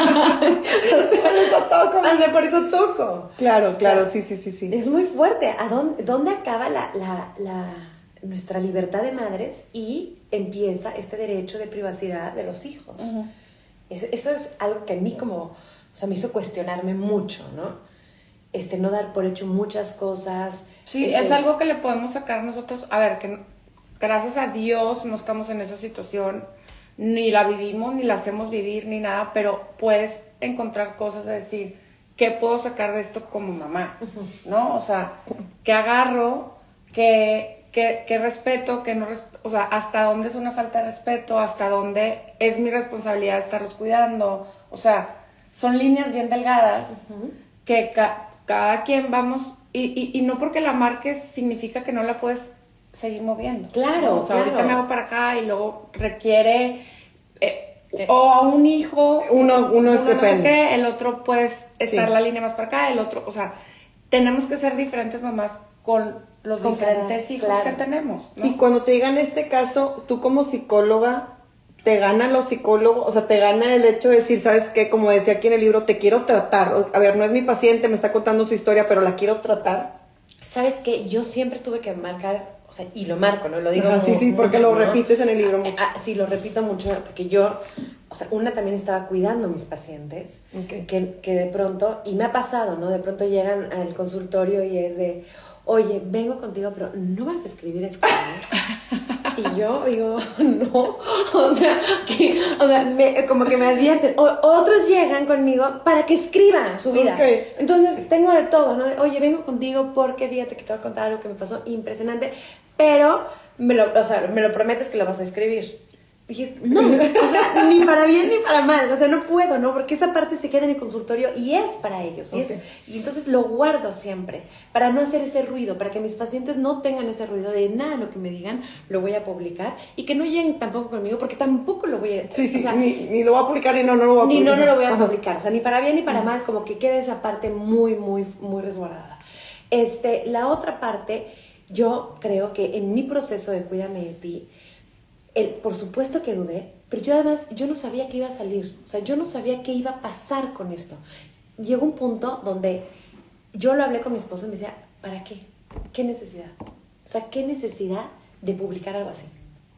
sea, por eso toco. O sea, por eso toco. Claro, claro, O sea, sí, sí, sí, sí. es muy fuerte. ¿A dónde, dónde acaba la, la, la, nuestra libertad de madres y empieza este derecho de privacidad de los hijos? Uh-huh. es, eso es algo que a mí como, o sea, me hizo cuestionarme mucho, ¿no? Este, no dar por hecho muchas cosas. Sí, este, es algo que le podemos sacar nosotros. A ver, que gracias a Dios no estamos en esa situación, ni la vivimos, ni la hacemos vivir, ni nada, pero puedes encontrar cosas de decir, ¿qué puedo sacar de esto como mamá? Uh-huh. ¿No? O sea, ¿qué agarro? ¿Qué, qué, qué respeto? ¿Qué no respeto? O sea, ¿hasta dónde es una falta de respeto? ¿Hasta dónde es mi responsabilidad estarlos cuidando? O sea, son líneas bien delgadas uh-huh. que ca- cada quien vamos, y, y, y no porque la marques significa que no la puedes seguir moviendo. Claro, ¿no? O sea, claro. ahorita me hago para acá y luego requiere eh, eh, o a un hijo, uno, uno, uno no sé qué, el otro puedes estar sí. la línea más para acá, el otro, o sea, tenemos que ser diferentes mamás con los con diferentes cada, hijos claro. que tenemos, ¿no? Y cuando te digan este caso, tú como psicóloga, te gana los psicólogos, o sea, te gana el hecho de decir, ¿sabes qué? Como decía aquí en el libro, te quiero tratar. A ver, no es mi paciente, me está contando su historia, pero la quiero tratar. ¿Sabes qué? Yo siempre tuve que marcar, o sea, y lo marco, ¿no? Lo digo Ajá, muy, sí, sí, porque mucho, lo ¿no? repites en el libro mucho. Ah, sí, lo repito mucho, porque yo, o sea, una también estaba cuidando a mis pacientes, okay. que, que de pronto, y me ha pasado, ¿no? De pronto llegan al consultorio y es de, oye, vengo contigo, pero no vas a escribir esto, ¿no? Y yo digo, no, o sea, que, o sea me, como que me advierten. O, otros llegan conmigo para que escriba su vida. Okay. Entonces, tengo de todo, ¿no? Oye, vengo contigo porque fíjate que te voy a contar algo que me pasó impresionante, pero me lo, o sea, me lo prometes que lo vas a escribir. Y dije, no, o sea, ni para bien ni para mal, o sea, no puedo, ¿no? Porque esa parte se queda en el consultorio y es para ellos, y, okay. es, y entonces lo guardo siempre, para no hacer ese ruido, para que mis pacientes no tengan ese ruido de nada lo que me digan, lo voy a publicar, y que no lleguen tampoco conmigo, porque tampoco lo voy a... Sí, sí, o sea, ni, ni lo voy a publicar, ni no, no lo voy a ni publicar. Ni no, no lo voy a Ajá. publicar, o sea, ni para bien ni para mal, como que queda esa parte muy, muy, muy resguardada. Este, la otra parte, yo creo que en mi proceso de Cuídame de Ti, El, por supuesto que dudé, pero yo además, yo no sabía qué iba a salir, o sea, yo no sabía qué iba a pasar con esto. Llegó un punto donde yo lo hablé con mi esposo y me decía, ¿para qué? ¿Qué necesidad? O sea, ¿qué necesidad de publicar algo así?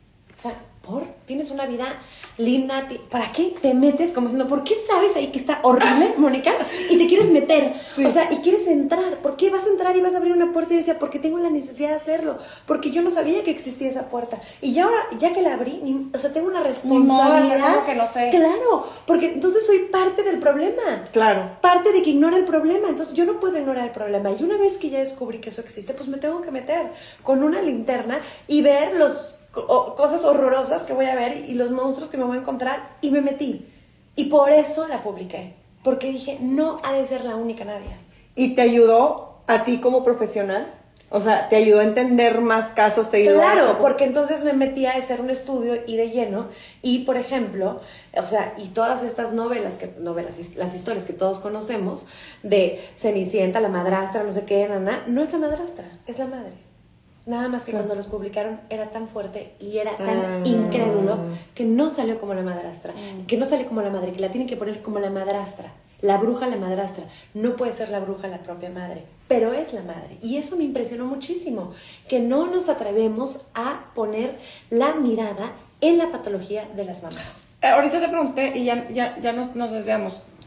O sea, ¿por? Tienes una vida linda, ¿para qué te metes? Como diciendo, ¿por qué sabes ahí que está horrible, Mónica? Y te quieres meter, sí. O sea, y quieres entrar. ¿Por qué vas a entrar y vas a abrir una puerta? Y decía, porque tengo la necesidad de hacerlo, porque yo no sabía que existía esa puerta. Y ya ahora, ya que la abrí, ni, o sea, tengo una responsabilidad. No, algo que no sé. Claro, porque entonces soy parte del problema. Claro. Parte de que ignora el problema. Entonces yo no puedo ignorar el problema. Y una vez que ya descubrí que eso existe, pues me tengo que meter con una linterna y ver los... O cosas horrorosas que voy a ver y los monstruos que me voy a encontrar, y me metí, y por eso la publiqué, porque dije, no ha de ser la única Nadia. ¿Y te ayudó a ti como profesional? O sea, ¿te ayudó a entender más casos? ¿Te ayudó Claro, a... porque entonces me metí a hacer un estudio y de lleno, y por ejemplo, o sea, y todas estas novelas, que novelas, las historias que todos conocemos, de Cenicienta, la madrastra, no sé qué, nana, no es la madrastra, es la madre. Nada más que claro. Cuando los publicaron era tan fuerte y era tan ah. incrédulo que no salió como la madrastra, mm. que no salió como la madre, que la tienen que poner como la madrastra, la bruja la madrastra. No puede ser la bruja la propia madre, pero es la madre. Y eso me impresionó muchísimo, que no nos atrevemos a poner la mirada en la patología de las mamás. Eh, ahorita te pregunté y ya, ya, ya nos, nos desviamos.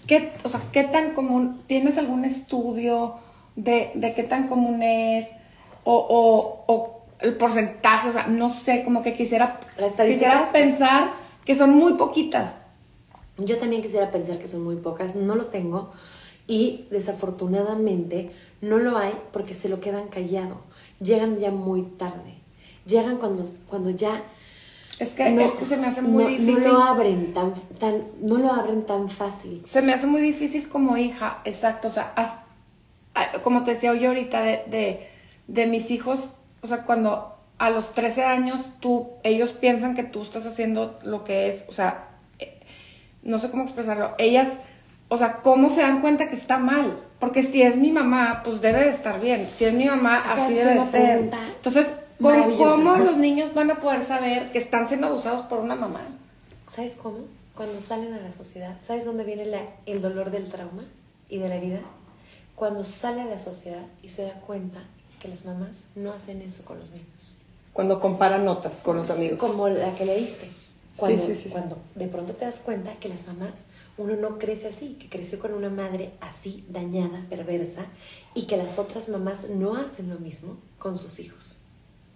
¿qué, o sea, ¿qué tan común, tienes algún estudio de, de qué tan común es o, o, o el porcentaje? O sea, no sé, como que quisiera, quisiera pensar que son muy poquitas. Yo también quisiera pensar que son muy pocas, no lo tengo y desafortunadamente no lo hay porque se lo quedan callado. Llegan ya muy tarde, llegan cuando, cuando ya... Es que, no, es que se me hace muy no, difícil. No lo abren tan, tan, no lo abren tan fácil. Se me hace muy difícil como hija, exacto, o sea, as, a, como te decía yo ahorita de, de, de mis hijos, o sea, cuando a los trece años tú, ellos piensan que tú estás haciendo lo que es, o sea, no sé cómo expresarlo, ellas, o sea, ¿cómo se dan cuenta que está mal? Porque si es mi mamá, pues debe de estar bien. Si es mi mamá, Acá así debe de ser. Entonces, ¿cómo, ¿cómo los niños van a poder saber que están siendo abusados por una mamá? ¿Sabes cómo? Cuando salen a la sociedad, ¿sabes dónde viene la, el dolor del trauma y de la herida? Cuando sale a la sociedad y se da cuenta que las mamás no hacen eso con los niños. Cuando comparan notas con los amigos. Como la que le diste. Cuando, sí, sí, sí, cuando de pronto te das cuenta que las mamás, uno no crece así, que creció con una madre así, dañada, perversa, y que las otras mamás no hacen lo mismo con sus hijos.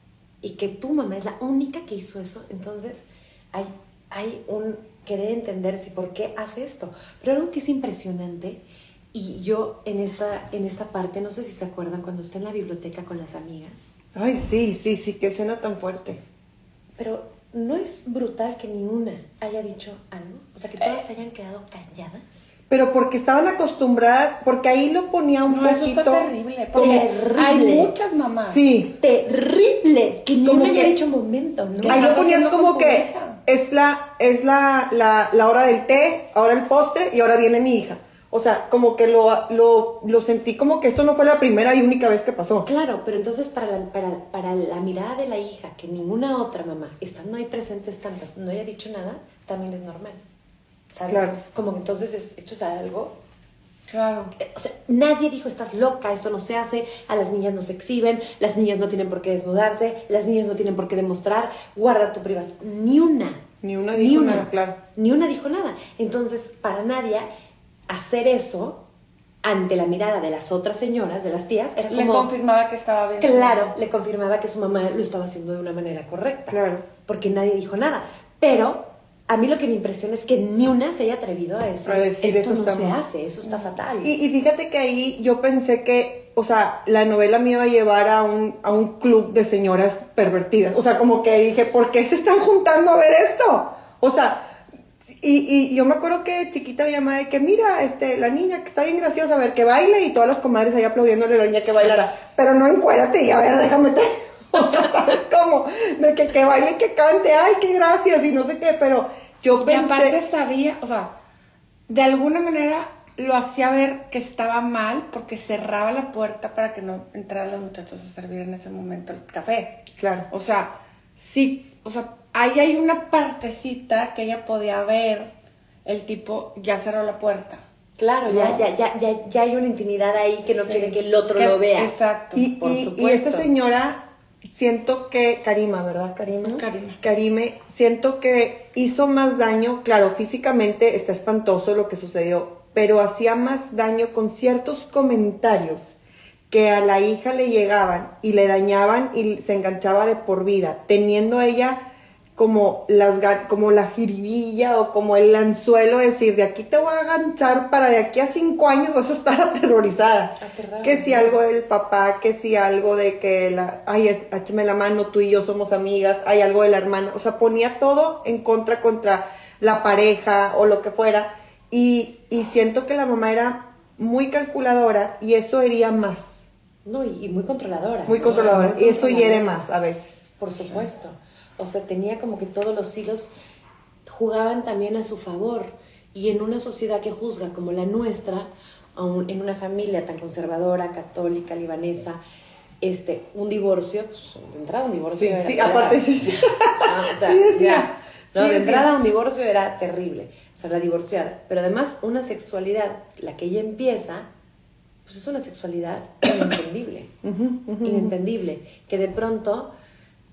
Y que tu mamá es la única que hizo eso, entonces hay, hay un querer entender si por qué hace esto. Pero algo que es impresionante, y yo en esta, en esta parte, no sé si se acuerdan, cuando está en la biblioteca con las amigas. Ay, sí, sí, sí, qué escena tan fuerte. Pero ¿no es brutal que ni una haya dicho algo? O sea, que todas hayan quedado calladas. Pero porque estaban acostumbradas, porque ahí lo ponía un no, poquito... Eso está terrible, como, terrible. Hay muchas mamás. Sí. Terrible. Que ni Como una que, haya dicho momento, ¿no? Ahí lo estás ponías haciendo como con tu que hija? es, la, es la, la, la hora del té, ahora el postre y ahora viene mi hija. O sea, como que lo, lo, lo sentí como que esto no fue la primera y única vez que pasó. Claro, pero entonces para la, para, para la mirada de la hija, que ninguna otra mamá, estando ahí presentes tantas, no haya dicho nada, también es normal. ¿Sabes? Claro. Como que entonces es, esto es algo... Claro. O sea, nadie dijo, estás loca, esto no se hace, a las niñas no se exhiben, las niñas no tienen por qué desnudarse, las niñas no tienen por qué demostrar, guarda tu privacidad. Ni una. Ni una dijo nada, claro. Ni una dijo nada. Entonces, para Nadia, hacer eso ante la mirada de las otras señoras, de las tías, era como... Le confirmaba que estaba bien. Claro, le confirmaba que su mamá lo estaba haciendo de una manera correcta. Claro. Porque nadie dijo nada. Pero a mí lo que me impresiona es que ni una se haya atrevido a decir, A decir, esto eso no está se mal. hace, eso está fatal. Y, y fíjate que ahí yo pensé que, o sea, la novela me iba a llevar a un, a un club de señoras pervertidas. O sea, como que dije, ¿por qué se están juntando a ver esto? O sea... Y, y yo me acuerdo que chiquita mi mamá de que mira, este, la niña que está bien graciosa, a ver, que baile, y todas las comadres ahí aplaudiéndole a la niña que bailara, pero no encuérate y a ver, déjame te... O sea, ¿sabes cómo? De que, que baile y que cante, ay, qué gracias, y no sé qué, pero yo Y pensé... aparte sabía, o sea, de alguna manera lo hacía ver que estaba mal porque cerraba la puerta para que no entraran los muchachos a servir en ese momento el café. Claro. O sea, sí, o sea, ahí hay una partecita que ella podía ver, el tipo ya cerró la puerta. Claro, ¿no? ya, ya, ya, ya, ya hay una intimidad ahí que no Sí. quiere que el otro Que- lo vea. Exacto. Y, por y, supuesto. y esta señora, siento que, Karima, ¿verdad? Karima. Karima. Karime, siento que hizo más daño, claro, físicamente está espantoso lo que sucedió, pero hacía más daño con ciertos comentarios que a la hija le llegaban y le dañaban y se enganchaba de por vida, teniendo ella como, las, ga- como la jiribilla o como el anzuelo de decir, de aquí te voy a enganchar para de aquí a cinco años vas a estar aterrorizada. Aterrada. Que si algo del papá, que si algo de que, la, ay, es- échame la mano, tú y yo somos amigas, hay algo de la hermana, o sea, ponía todo en contra contra la pareja o lo que fuera, y, y siento que la mamá era muy calculadora y eso hería más, No, y, y muy controladora. muy ¿no? controladora, Muy y eso controladora. hiere más a veces. Por supuesto. O sea, tenía como que todos los hilos jugaban también a su favor. Y en una sociedad que juzga como la nuestra, aun en una familia tan conservadora, católica, libanesa, este, un divorcio, pues de entrada un divorcio Sí, era sí, era- aparte sí, sí. Ah, o sea, Sí decía, ya. No, sí de decía. entrada un divorcio era terrible. O sea, la divorciada. Pero además una sexualidad, la que ella empieza, pues es una sexualidad inentendible. Inentendible. Que de pronto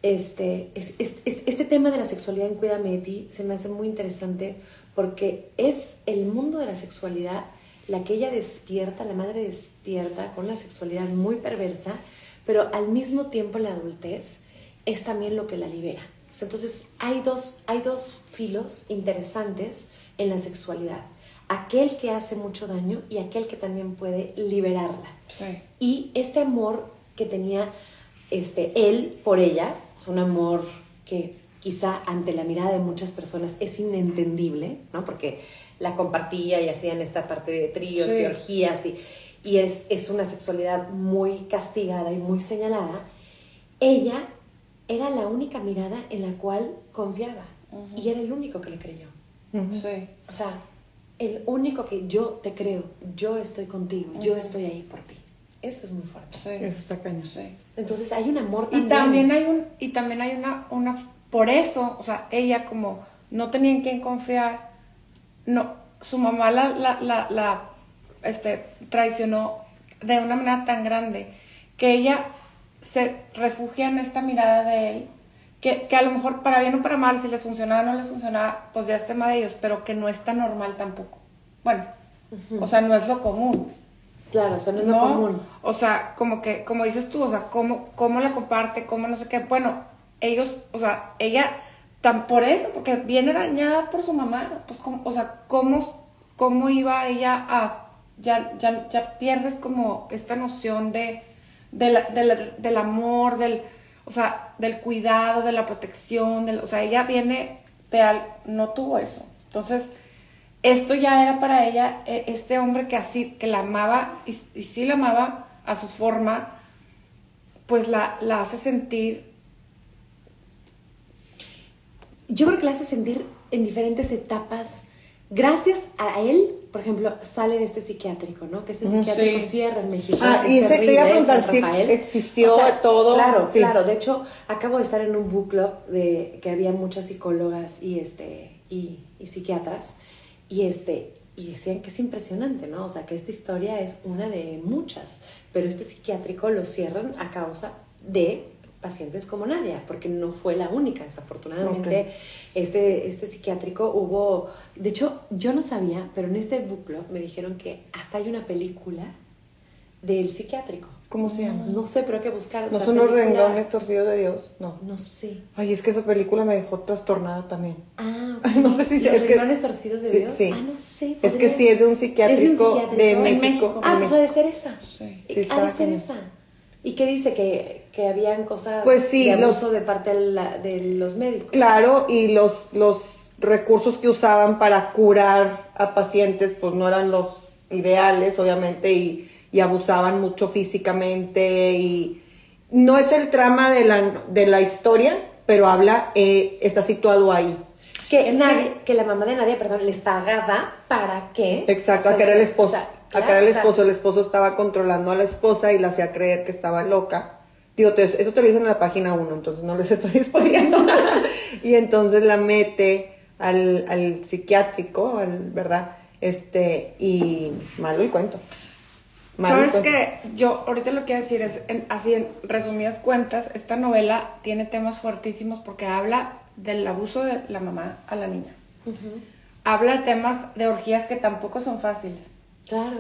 este, es, es, es, este tema de la sexualidad en Cuídame de Ti se me hace muy interesante porque es el mundo de la sexualidad la que ella despierta, la madre despierta con una sexualidad muy perversa, pero al mismo tiempo en la adultez es también lo que la libera. O sea, entonces hay dos, hay dos filos interesantes en la sexualidad. Aquel que hace mucho daño y aquel que también puede liberarla. Sí. Y este amor que tenía este, él por ella, es un amor que quizá ante la mirada de muchas personas es inentendible, ¿no? Porque la compartía y hacían esta parte de tríos sí. y orgías y, y es, es una sexualidad muy castigada y muy señalada. Ella era la única mirada en la cual confiaba uh-huh. y era el único que le creyó. Uh-huh. Sí. O sea, el único que yo te creo, yo estoy contigo, uh-huh. yo estoy ahí por ti. Eso es muy fuerte. Sí. Eso está cañón. Sí. Entonces hay un amor también. Y también hay un y también hay una una por eso, o sea, ella como no tenía en quién confiar, no, su mamá la la la, la este traicionó de una manera tan grande que ella se refugia en esta mirada de él, que, que a lo mejor para bien o para mal, si les funcionaba o no les funcionaba, pues ya es tema de ellos, pero que no es tan normal tampoco. Bueno, uh-huh. o sea, no es lo común. Claro, o sea, no es no, lo común. O sea, como que, como dices tú, o sea, cómo, cómo la comparte, cómo no sé qué. Bueno, ellos, o sea, ella, tan por eso, porque viene dañada por su mamá, pues, como, o sea, cómo, cómo iba ella a, ya, ya, ya pierdes como esta noción de, de la, de la, del amor, del, o sea, del cuidado, de la protección, del, o sea, ella viene de al, no tuvo eso. Entonces, esto ya era para ella, este hombre que así, que la amaba, y, y sí la amaba a su forma, pues la, la hace sentir. Yo creo que la hace sentir en diferentes etapas. Gracias a él, por ejemplo, sale de este psiquiátrico, ¿no? Que este psiquiátrico sí. cierra en México. Ah, y ese te iba a preguntar si existió, o sea, todo. Claro, sí. claro. De hecho, acabo de estar en un book club de que había muchas psicólogas y, este, y, y psiquiatras. Y, este, y decían que es impresionante, ¿no? O sea, que esta historia es una de muchas, pero este psiquiátrico lo cierran a causa de pacientes como Nadia, porque no fue la única, desafortunadamente. Okay. Este, este psiquiátrico hubo... De hecho, yo no sabía, pero en este book club me dijeron que hasta hay una película del psiquiátrico. ¿Cómo se llama? No sé, pero hay que buscar. ¿No son los renglones torcidos de Dios? No. No sé. Ay, es que esa película me dejó trastornada también. Ah, okay. No sé si ¿Los es renglones que, torcidos de sí, Dios? Sí. Ah, no sé. Es que sí, es de un psiquiátrico, ¿Es de, un psiquiátrico? de México. México. Ah, pues ha de ser esa. Sí. Sí, ha de ser bien. Esa. ¿Y qué dice? Que, que habían cosas pues sí, de abuso los, de parte de, la, de los médicos. Claro, y los, los recursos que usaban para curar a pacientes pues no eran los ideales, obviamente, y, y abusaban mucho físicamente. Y no es el trama de la, de la historia, pero habla, eh, está situado ahí. Que, nadie, que... que la mamá de Nadia, perdón, les pagaba para que... Exacto, o sea, acá era el esposo. O sea, claro, acá era el esposo, o sea, el esposo estaba controlando a la esposa y la hacía creer que estaba loca. Digo, te, eso te lo dicen en la página uno, entonces no les estoy spoileando nada. Y entonces la mete al, al psiquiátrico, al, ¿verdad? Este, y malo el cuento. Malo ¿Sabes qué? Yo ahorita lo que quiero decir es, en, así en resumidas cuentas, esta novela tiene temas fuertísimos porque habla del abuso de la mamá a la niña. Uh-huh. Habla de temas de orgías que tampoco son fáciles. Claro.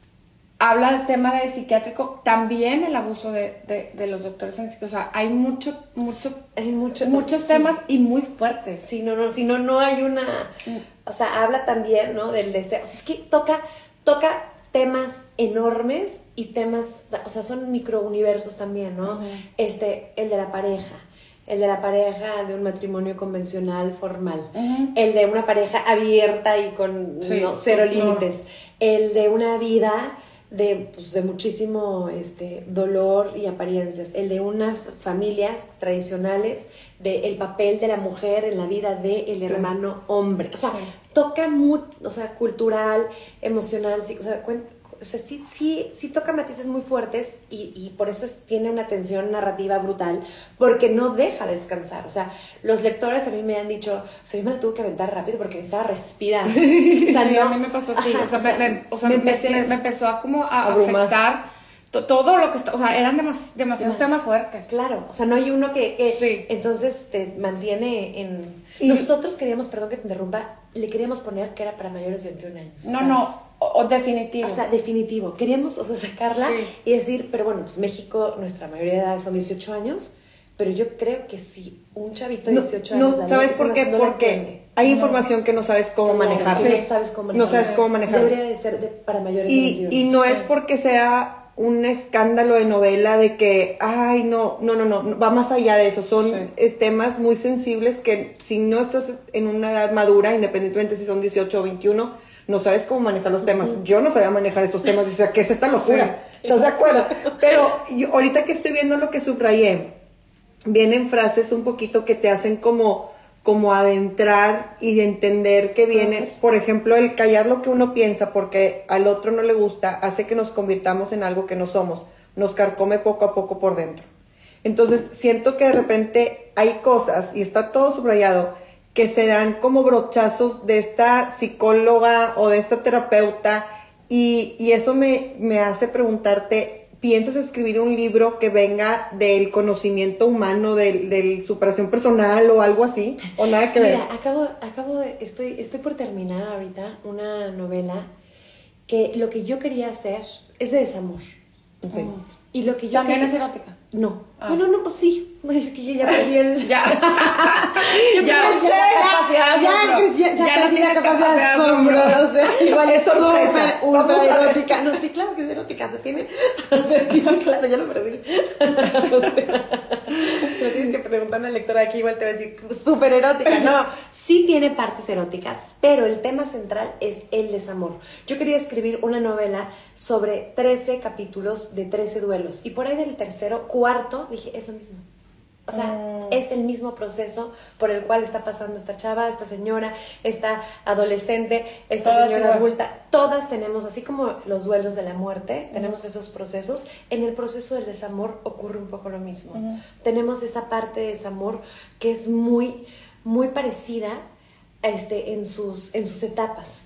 Habla del tema de psiquiátrico, también el abuso de, de, de los doctores en psiquiatría. O sea, hay mucho, mucho, hay mucho, muchos sí. temas y muy fuertes. Sí, no, no, si no, no hay una... O sea, habla también, ¿no? Del deseo. O sea, es que toca, toca temas enormes y temas... O sea, son microuniversos también, ¿no? Uh-huh. Este, el de la pareja. El de la pareja de un matrimonio convencional formal. Uh-huh. El de una pareja abierta y con sí, no, cero no. límites. El de una vida de, pues, de muchísimo este, dolor y apariencias. El de unas familias tradicionales, de el papel de la mujer en la vida del hermano hombre. O sea, sí. toca mucho, o sea, cultural, emocional, sí, o sea, cuenta, o sea, sí, sí, sí toca matices muy fuertes y, y por eso es, tiene una tensión narrativa brutal, porque no deja descansar. O sea, los lectores a mí me han dicho, o sea, yo me la tuve que aventar rápido porque necesitaba respirar. O sea, sí, no, a mí me pasó así. Ajá, o sea, o sea, me, me, o sea, me, me, empecé, me, me empezó a como a abrumar. afectar to- todo lo que está, o sea, eran demas- demasiados Claro. temas fuertes. Claro, o sea, no hay uno que, que Sí. entonces te mantiene en... Y- Nosotros queríamos, perdón que te interrumpa, le queríamos poner que era para mayores de veintiún años. No, o sea, no, o, o definitivo. O sea, definitivo. Queríamos, o sea, sacarla Sí. y decir, pero bueno, pues México, nuestra mayoría de edad son dieciocho años, pero yo creo que si un chavito de No, dieciocho años... no, la ¿sabes lee, por esa qué? no la Porque entiende. hay información que no sabes cómo Claro, manejar. que Sí. No sabes cómo No manejar. sabes cómo manejar. Debería de ser de- para mayores de Y, veintiuno. y no es porque sea un escándalo de novela de que, ay, no, no, no, no, va más allá de eso. Son Sí. es, temas muy sensibles que si no estás en una edad madura, independientemente si son dieciocho o veintiuno, no sabes cómo manejar los temas. Yo no sabía manejar estos temas, o sea, ¿qué es esta locura? ¿Estás de acuerdo? Pero yo, ahorita que estoy viendo lo que subrayé, vienen frases un poquito que te hacen como, como adentrar y de entender que viene, por ejemplo, el callar lo que uno piensa porque al otro no le gusta, hace que nos convirtamos en algo que no somos, nos carcome poco a poco por dentro. Entonces, siento que de repente hay cosas, y está todo subrayado, que se dan como brochazos de esta psicóloga o de esta terapeuta, y, y eso me, me hace preguntarte, ¿piensas escribir un libro que venga del conocimiento humano, de, de superación personal o algo así? ¿O nada que ver? Mira, acabo, acabo de, estoy, estoy por terminar ahorita una novela que lo que yo quería hacer es de desamor. Ok. Y lo que yo También quería- es erótica. No. Ah. Bueno, no, pues sí. Es que yo ya perdí el... Ya. Yo ya, pensé, capacidad de ya, asombro. pues, ya, ya Ya no perdí la tienes capacidad de asombro. O sea, igual es sorpresa. súper Vamos ultra a ver. erótica. No, sí, claro que es erótica. Se tiene. O sea, yo, claro, ya lo perdí. O sea, se lo tienes que preguntar a una lectora aquí, igual te va a decir súper erótica. No, sí tiene partes eróticas, pero el tema central es el desamor. Yo quería escribir una novela sobre trece capítulos de trece duelos. Y por ahí del tercero, cuarto, dije, es lo mismo. O sea, Mm. es el mismo proceso por el cual está pasando esta chava, esta señora, esta adolescente, esta Todas señora igual. adulta. Todas tenemos, así como los duelos de la muerte, tenemos esos procesos. En el proceso del desamor ocurre un poco lo mismo. Ujú. Tenemos esa parte de desamor que es muy, muy parecida este, en, sus, en sus etapas.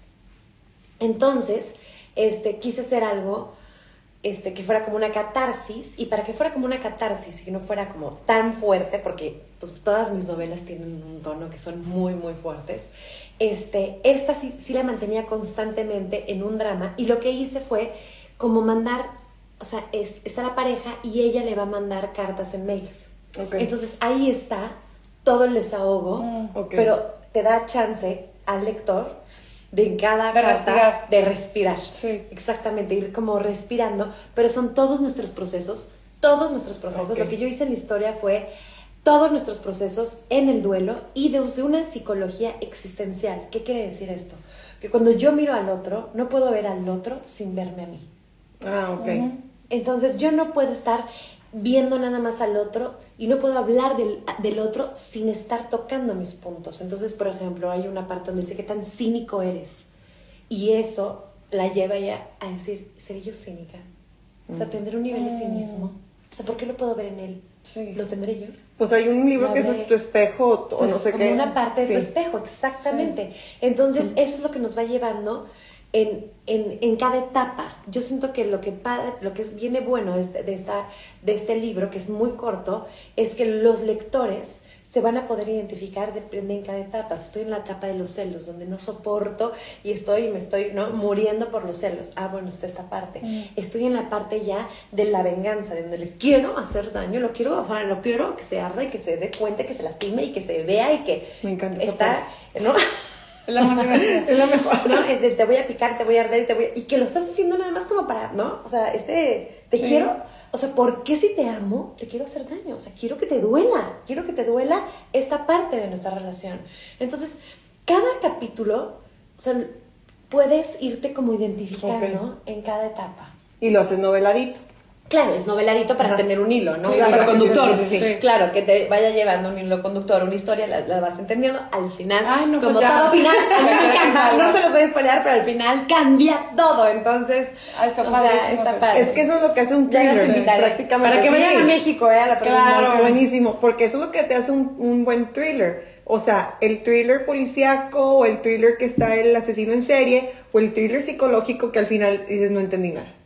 Entonces, este, quise hacer algo este, que fuera como una catarsis, y para que fuera como una catarsis y que no fuera como tan fuerte, porque pues, todas mis novelas tienen un tono que son muy, muy fuertes, este, esta sí, sí la mantenía constantemente en un drama, y lo que hice fue como mandar, o sea, es, está la pareja y ella le va a mandar cartas en mails. Ok. Entonces ahí está todo el desahogo, Mm, ok. pero te da chance al lector de en cada De carta respirar. de respirar. Sí. Exactamente, ir como respirando, pero son todos nuestros procesos, todos nuestros procesos. Ok. Lo que yo hice en la historia fue todos nuestros procesos en el duelo y desde una psicología existencial. ¿Qué quiere decir esto? Que cuando yo miro al otro, no puedo ver al otro sin verme a mí. Ah, ok. Ujú. Entonces yo no puedo estar viendo nada más al otro y no puedo hablar del, del otro sin estar tocando mis puntos. Entonces, por ejemplo, hay una parte donde dice qué tan cínico eres, y eso la lleva ya a decir, ¿seré yo cínica? O sea, ¿tendré un nivel de cinismo? O sea, ¿por qué lo puedo ver en él? Sí. ¿Lo tendré yo? Pues hay un libro La que ve. es tu espejo o no Entonces, sé como qué. una parte de Sí. tu espejo, exactamente. Entonces, eso es lo que nos va llevando en, en, en cada etapa. Yo siento que lo que, pa- lo que es, viene bueno de este, de, esta, de este libro, que es muy corto, es que los lectores se van a poder identificar depende en cada etapa. Estoy en la etapa de los celos, donde no soporto y estoy, me estoy ¿no? muriendo por los celos. Ah, bueno, está esta parte. Mm. Estoy en la parte ya de la venganza, de donde le quiero hacer daño, lo quiero, o sea, lo quiero que se arda y que se dé cuenta, que se lastime y que se vea y que Me encanta esa está, parte. ¿no? Es la más divertida. Es la mejor. ¿No? Es de, te voy a picar, te voy a arder y te voy a... Y que lo estás haciendo nada más como para, ¿no? O sea, este, te Sí. quiero... O sea, ¿por qué si te amo te quiero hacer daño? O sea, quiero que te duela. Quiero que te duela esta parte de nuestra relación. Entonces, cada capítulo, o sea, puedes irte como identificando en cada etapa. Y lo haces noveladito. Claro, es noveladito para Ajá. tener un hilo, ¿no? Sí, un claro, hilo sí, sí, conductor. sí, sí, sí. Sí. Claro, que te vaya llevando un hilo conductor, una historia, la, la vas entendiendo. Al final, Ay, no, pues como ya. todo final, a mí Ya me quiero que encanta. salga. No se los voy a spoilear, pero al final cambia todo. Entonces, Ah, está o padrísimo sea, está eso. padre. Es que eso es lo que hace un Ya las thriller, invitaré. prácticamente. Para que Sí. vayan a México, ¿eh? A la Claro, presentación. buenísimo, porque eso es lo que te hace un, un buen thriller. O sea, el thriller policíaco o el thriller que está el asesino en serie o el thriller psicológico que al final dices no entendí nada.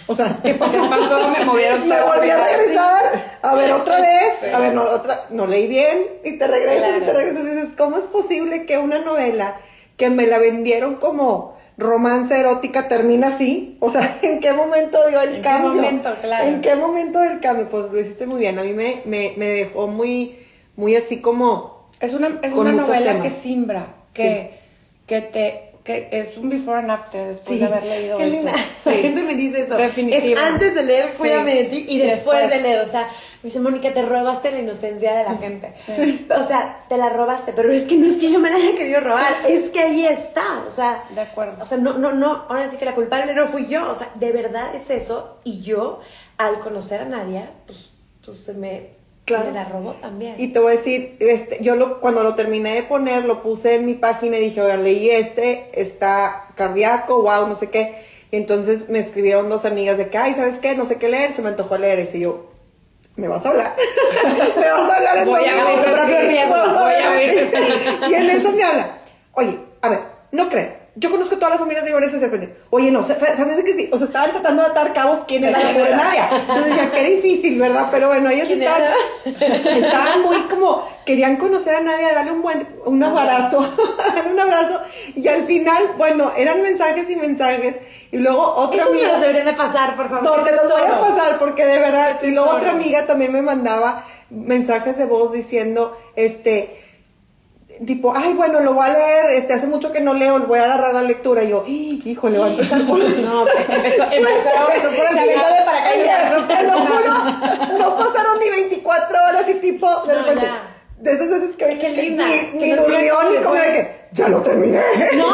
O sea, ¿qué pasó? ¿Qué pasó? Me movieron todo. Me volví a regresar, a ver otra vez, a ver, no, otra, no leí bien, y te regresas, claro. y te regresas, y dices, ¿cómo es posible que una novela que me la vendieron como romance erótica termina así? O sea, ¿en qué momento dio el ¿En cambio? ¿En qué momento, claro? ¿En qué momento del cambio? Pues lo hiciste muy bien, a mí me, me, me dejó muy, muy así como... Es una, es una novela temas. que simbra, que, sí. que te... que es un before and after después sí, de haber leído qué eso. Linda. Sí. La gente me dice eso. Definitivo. Es antes de leer Cuídame sí. de ti y después, después de leer. O sea, me dice, Mónica, te robaste la inocencia de la gente. Sí. O sea, te la robaste, pero es que no es que yo me la haya querido robar, es que ahí está. O sea, de acuerdo. O sea, no, no, no, ahora sí que la culpable no fui yo. O sea, de verdad es eso. Y yo, al conocer a Nadia, pues, pues se me... Claro. Me la robó también. Y te voy a decir, este, yo lo, cuando lo terminé de poner, lo puse en mi página y dije, oiga, leí este, está cardíaco, wow, no sé qué. Y entonces me escribieron dos amigas de que, ay, ¿sabes qué? No sé qué leer, se me antojó leer ese. Y yo, ¿me vas a hablar? ¿Me vas a hablar? Voy a ver tu propio riesgo, voy a ver. Y en eso me habla, oye, a ver, no creo. Yo conozco todas las familias de Gloria se sorprende. Oye, no, ¿sabes que sí? O sea, estaban tratando de atar cabos quién era la pobre Nadia. Entonces decía, qué difícil, ¿verdad? Pero bueno, ellas estaban, estaban muy como, querían conocer a Nadia, darle un buen, un abrazo, darle un abrazo. Y al final, bueno, eran mensajes y mensajes. Y luego otra Esos amiga. me los deberían de pasar, por favor. No, te los voy a pasar porque de verdad. Y luego otra amiga también me mandaba mensajes de voz diciendo, este... tipo, ay, bueno, lo voy a leer, este, hace mucho que no leo, voy a agarrar la lectura, y yo, híjole, va a empezar por... No, empezó, empezó, empezó por el final de paracaídas, te lo juro, no pasaron ni veinticuatro horas y tipo, de no, repente, ya. de esas veces que... Qué linda. Ni, ni durmió, ni como de que, ya lo terminé. No.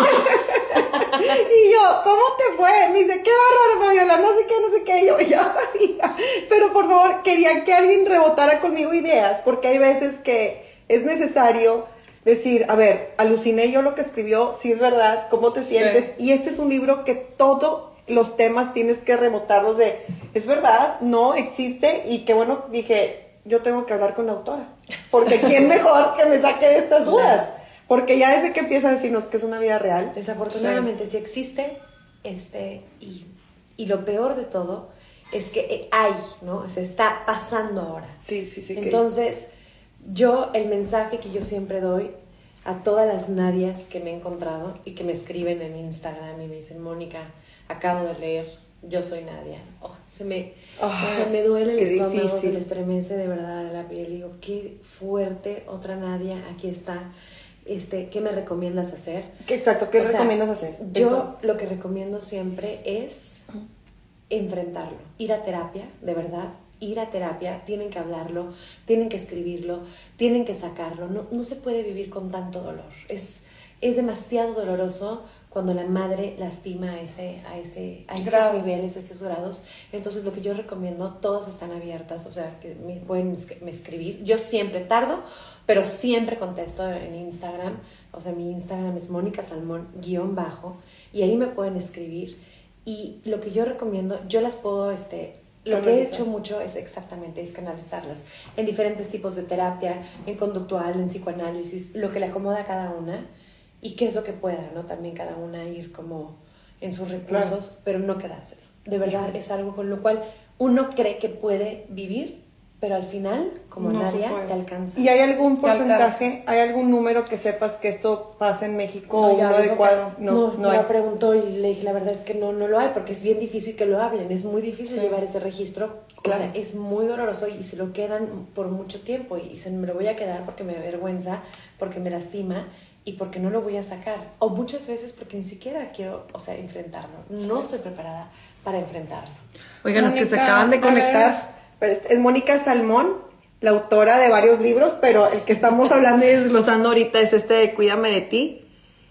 Y yo, ¿cómo te fue? Me dice, qué bárbaro, Fabiola, no sé qué, no sé qué. Y yo, ya sabía. Pero por favor, quería que alguien rebotara conmigo ideas, porque hay veces que es necesario decir, a ver, aluciné yo lo que escribió, si es verdad, ¿cómo te sientes? Sí. Y este es un libro que todos los temas tienes que rebotarlos de, es verdad, no existe, y qué bueno, dije, yo tengo que hablar con la autora, porque ¿quién mejor que me saque de estas dudas? Porque ya desde que empieza a decirnos que es una vida real. Desafortunadamente sí, sí existe, este, y, y lo peor de todo es que hay, ¿no? Se está pasando ahora. Sí, sí, sí. Entonces, que... yo, el mensaje que yo siempre doy a todas las Nadias que me he encontrado y que me escriben en Instagram y me dicen, Mónica, acabo de leer, yo soy Nadia. Oh, se me, oh, se me duele el estómago, difícil. Se me estremece de verdad la piel. Digo, qué fuerte, otra Nadia, aquí está. Este, ¿qué me recomiendas hacer? ¿Qué, exacto, ¿qué o recomiendas sea, hacer? Yo Eso. Lo que recomiendo siempre es enfrentarlo, ir a terapia, de verdad, ir a terapia, tienen que hablarlo, tienen que escribirlo, tienen que sacarlo, no, no se puede vivir con tanto dolor, es, es demasiado doloroso cuando la madre lastima a, ese, a, ese, a esos niveles, a esos grados. Entonces lo que yo recomiendo, todas están abiertas, o sea, que me pueden me escribir, yo siempre tardo, pero siempre contesto en Instagram, o sea, mi Instagram es Mónica Salmón guión bajo, y ahí me pueden escribir, y lo que yo recomiendo, yo las puedo, este, lo que he hecho mucho es exactamente, es canalizarlas en diferentes tipos de terapia, en conductual, en psicoanálisis, lo que le acomoda a cada una, y qué es lo que pueda, ¿no? También cada una ir como en sus recursos, claro. Pero no quedárselo. De verdad sí. Es algo con lo cual uno cree que puede vivir, pero al final, como no Nadia, te alcanza. ¿Y hay algún porcentaje, hay algún número que sepas que esto pasa en México no, o uno adecuado? No, no, no me preguntó y le dije, la verdad es que no, no lo hay, porque es bien difícil que lo hablen, es muy difícil sí. llevar ese registro, claro. O sea, es muy doloroso y se lo quedan por mucho tiempo y se me lo voy a quedar porque me avergüenza, porque me lastima y porque no lo voy a sacar, o muchas veces porque ni siquiera quiero, o sea, enfrentarlo, no estoy preparada para enfrentarlo. Oigan, los que se acaban de conectar, es Mónica Salmón, la autora de varios libros, pero el que estamos hablando y desglosando ahorita es este de Cuídame de ti.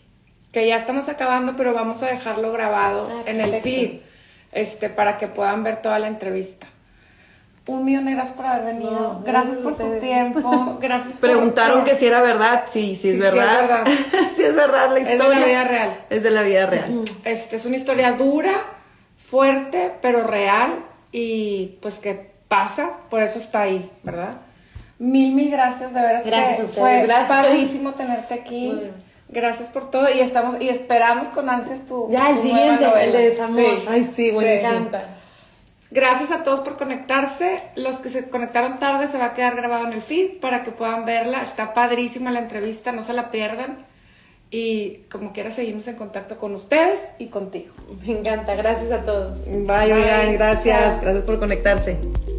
Que ya estamos acabando, pero vamos a dejarlo grabado ah, en el feed, este, para que puedan ver toda la entrevista. Un millón de gracias por haber venido. No, gracias por tu tiempo. Gracias por Preguntaron que si era verdad. Sí, sí es sí, verdad. Sí es verdad. Sí es verdad la historia. Es de la vida real. Es de la vida real. Este, es una historia dura, fuerte, pero real. Y pues que pasa, por eso está ahí, ¿verdad? Mil, mil gracias, de verdad. Gracias a ustedes. Fue gracias. padrísimo tenerte aquí. Bueno. Gracias por todo. Y estamos y esperamos con ansias tu Ya, el tu siguiente, nueva el de desamor. Sí. Ay, sí, buenísimo. Me encanta. Gracias a todos por conectarse. Los que se conectaron tarde se va a quedar grabado en el feed para que puedan verla. Está padrísima la entrevista, no se la pierdan. Y como quiera seguimos en contacto con ustedes y contigo. Me encanta, gracias a todos. Bye, oigan, gracias. Gracias por conectarse.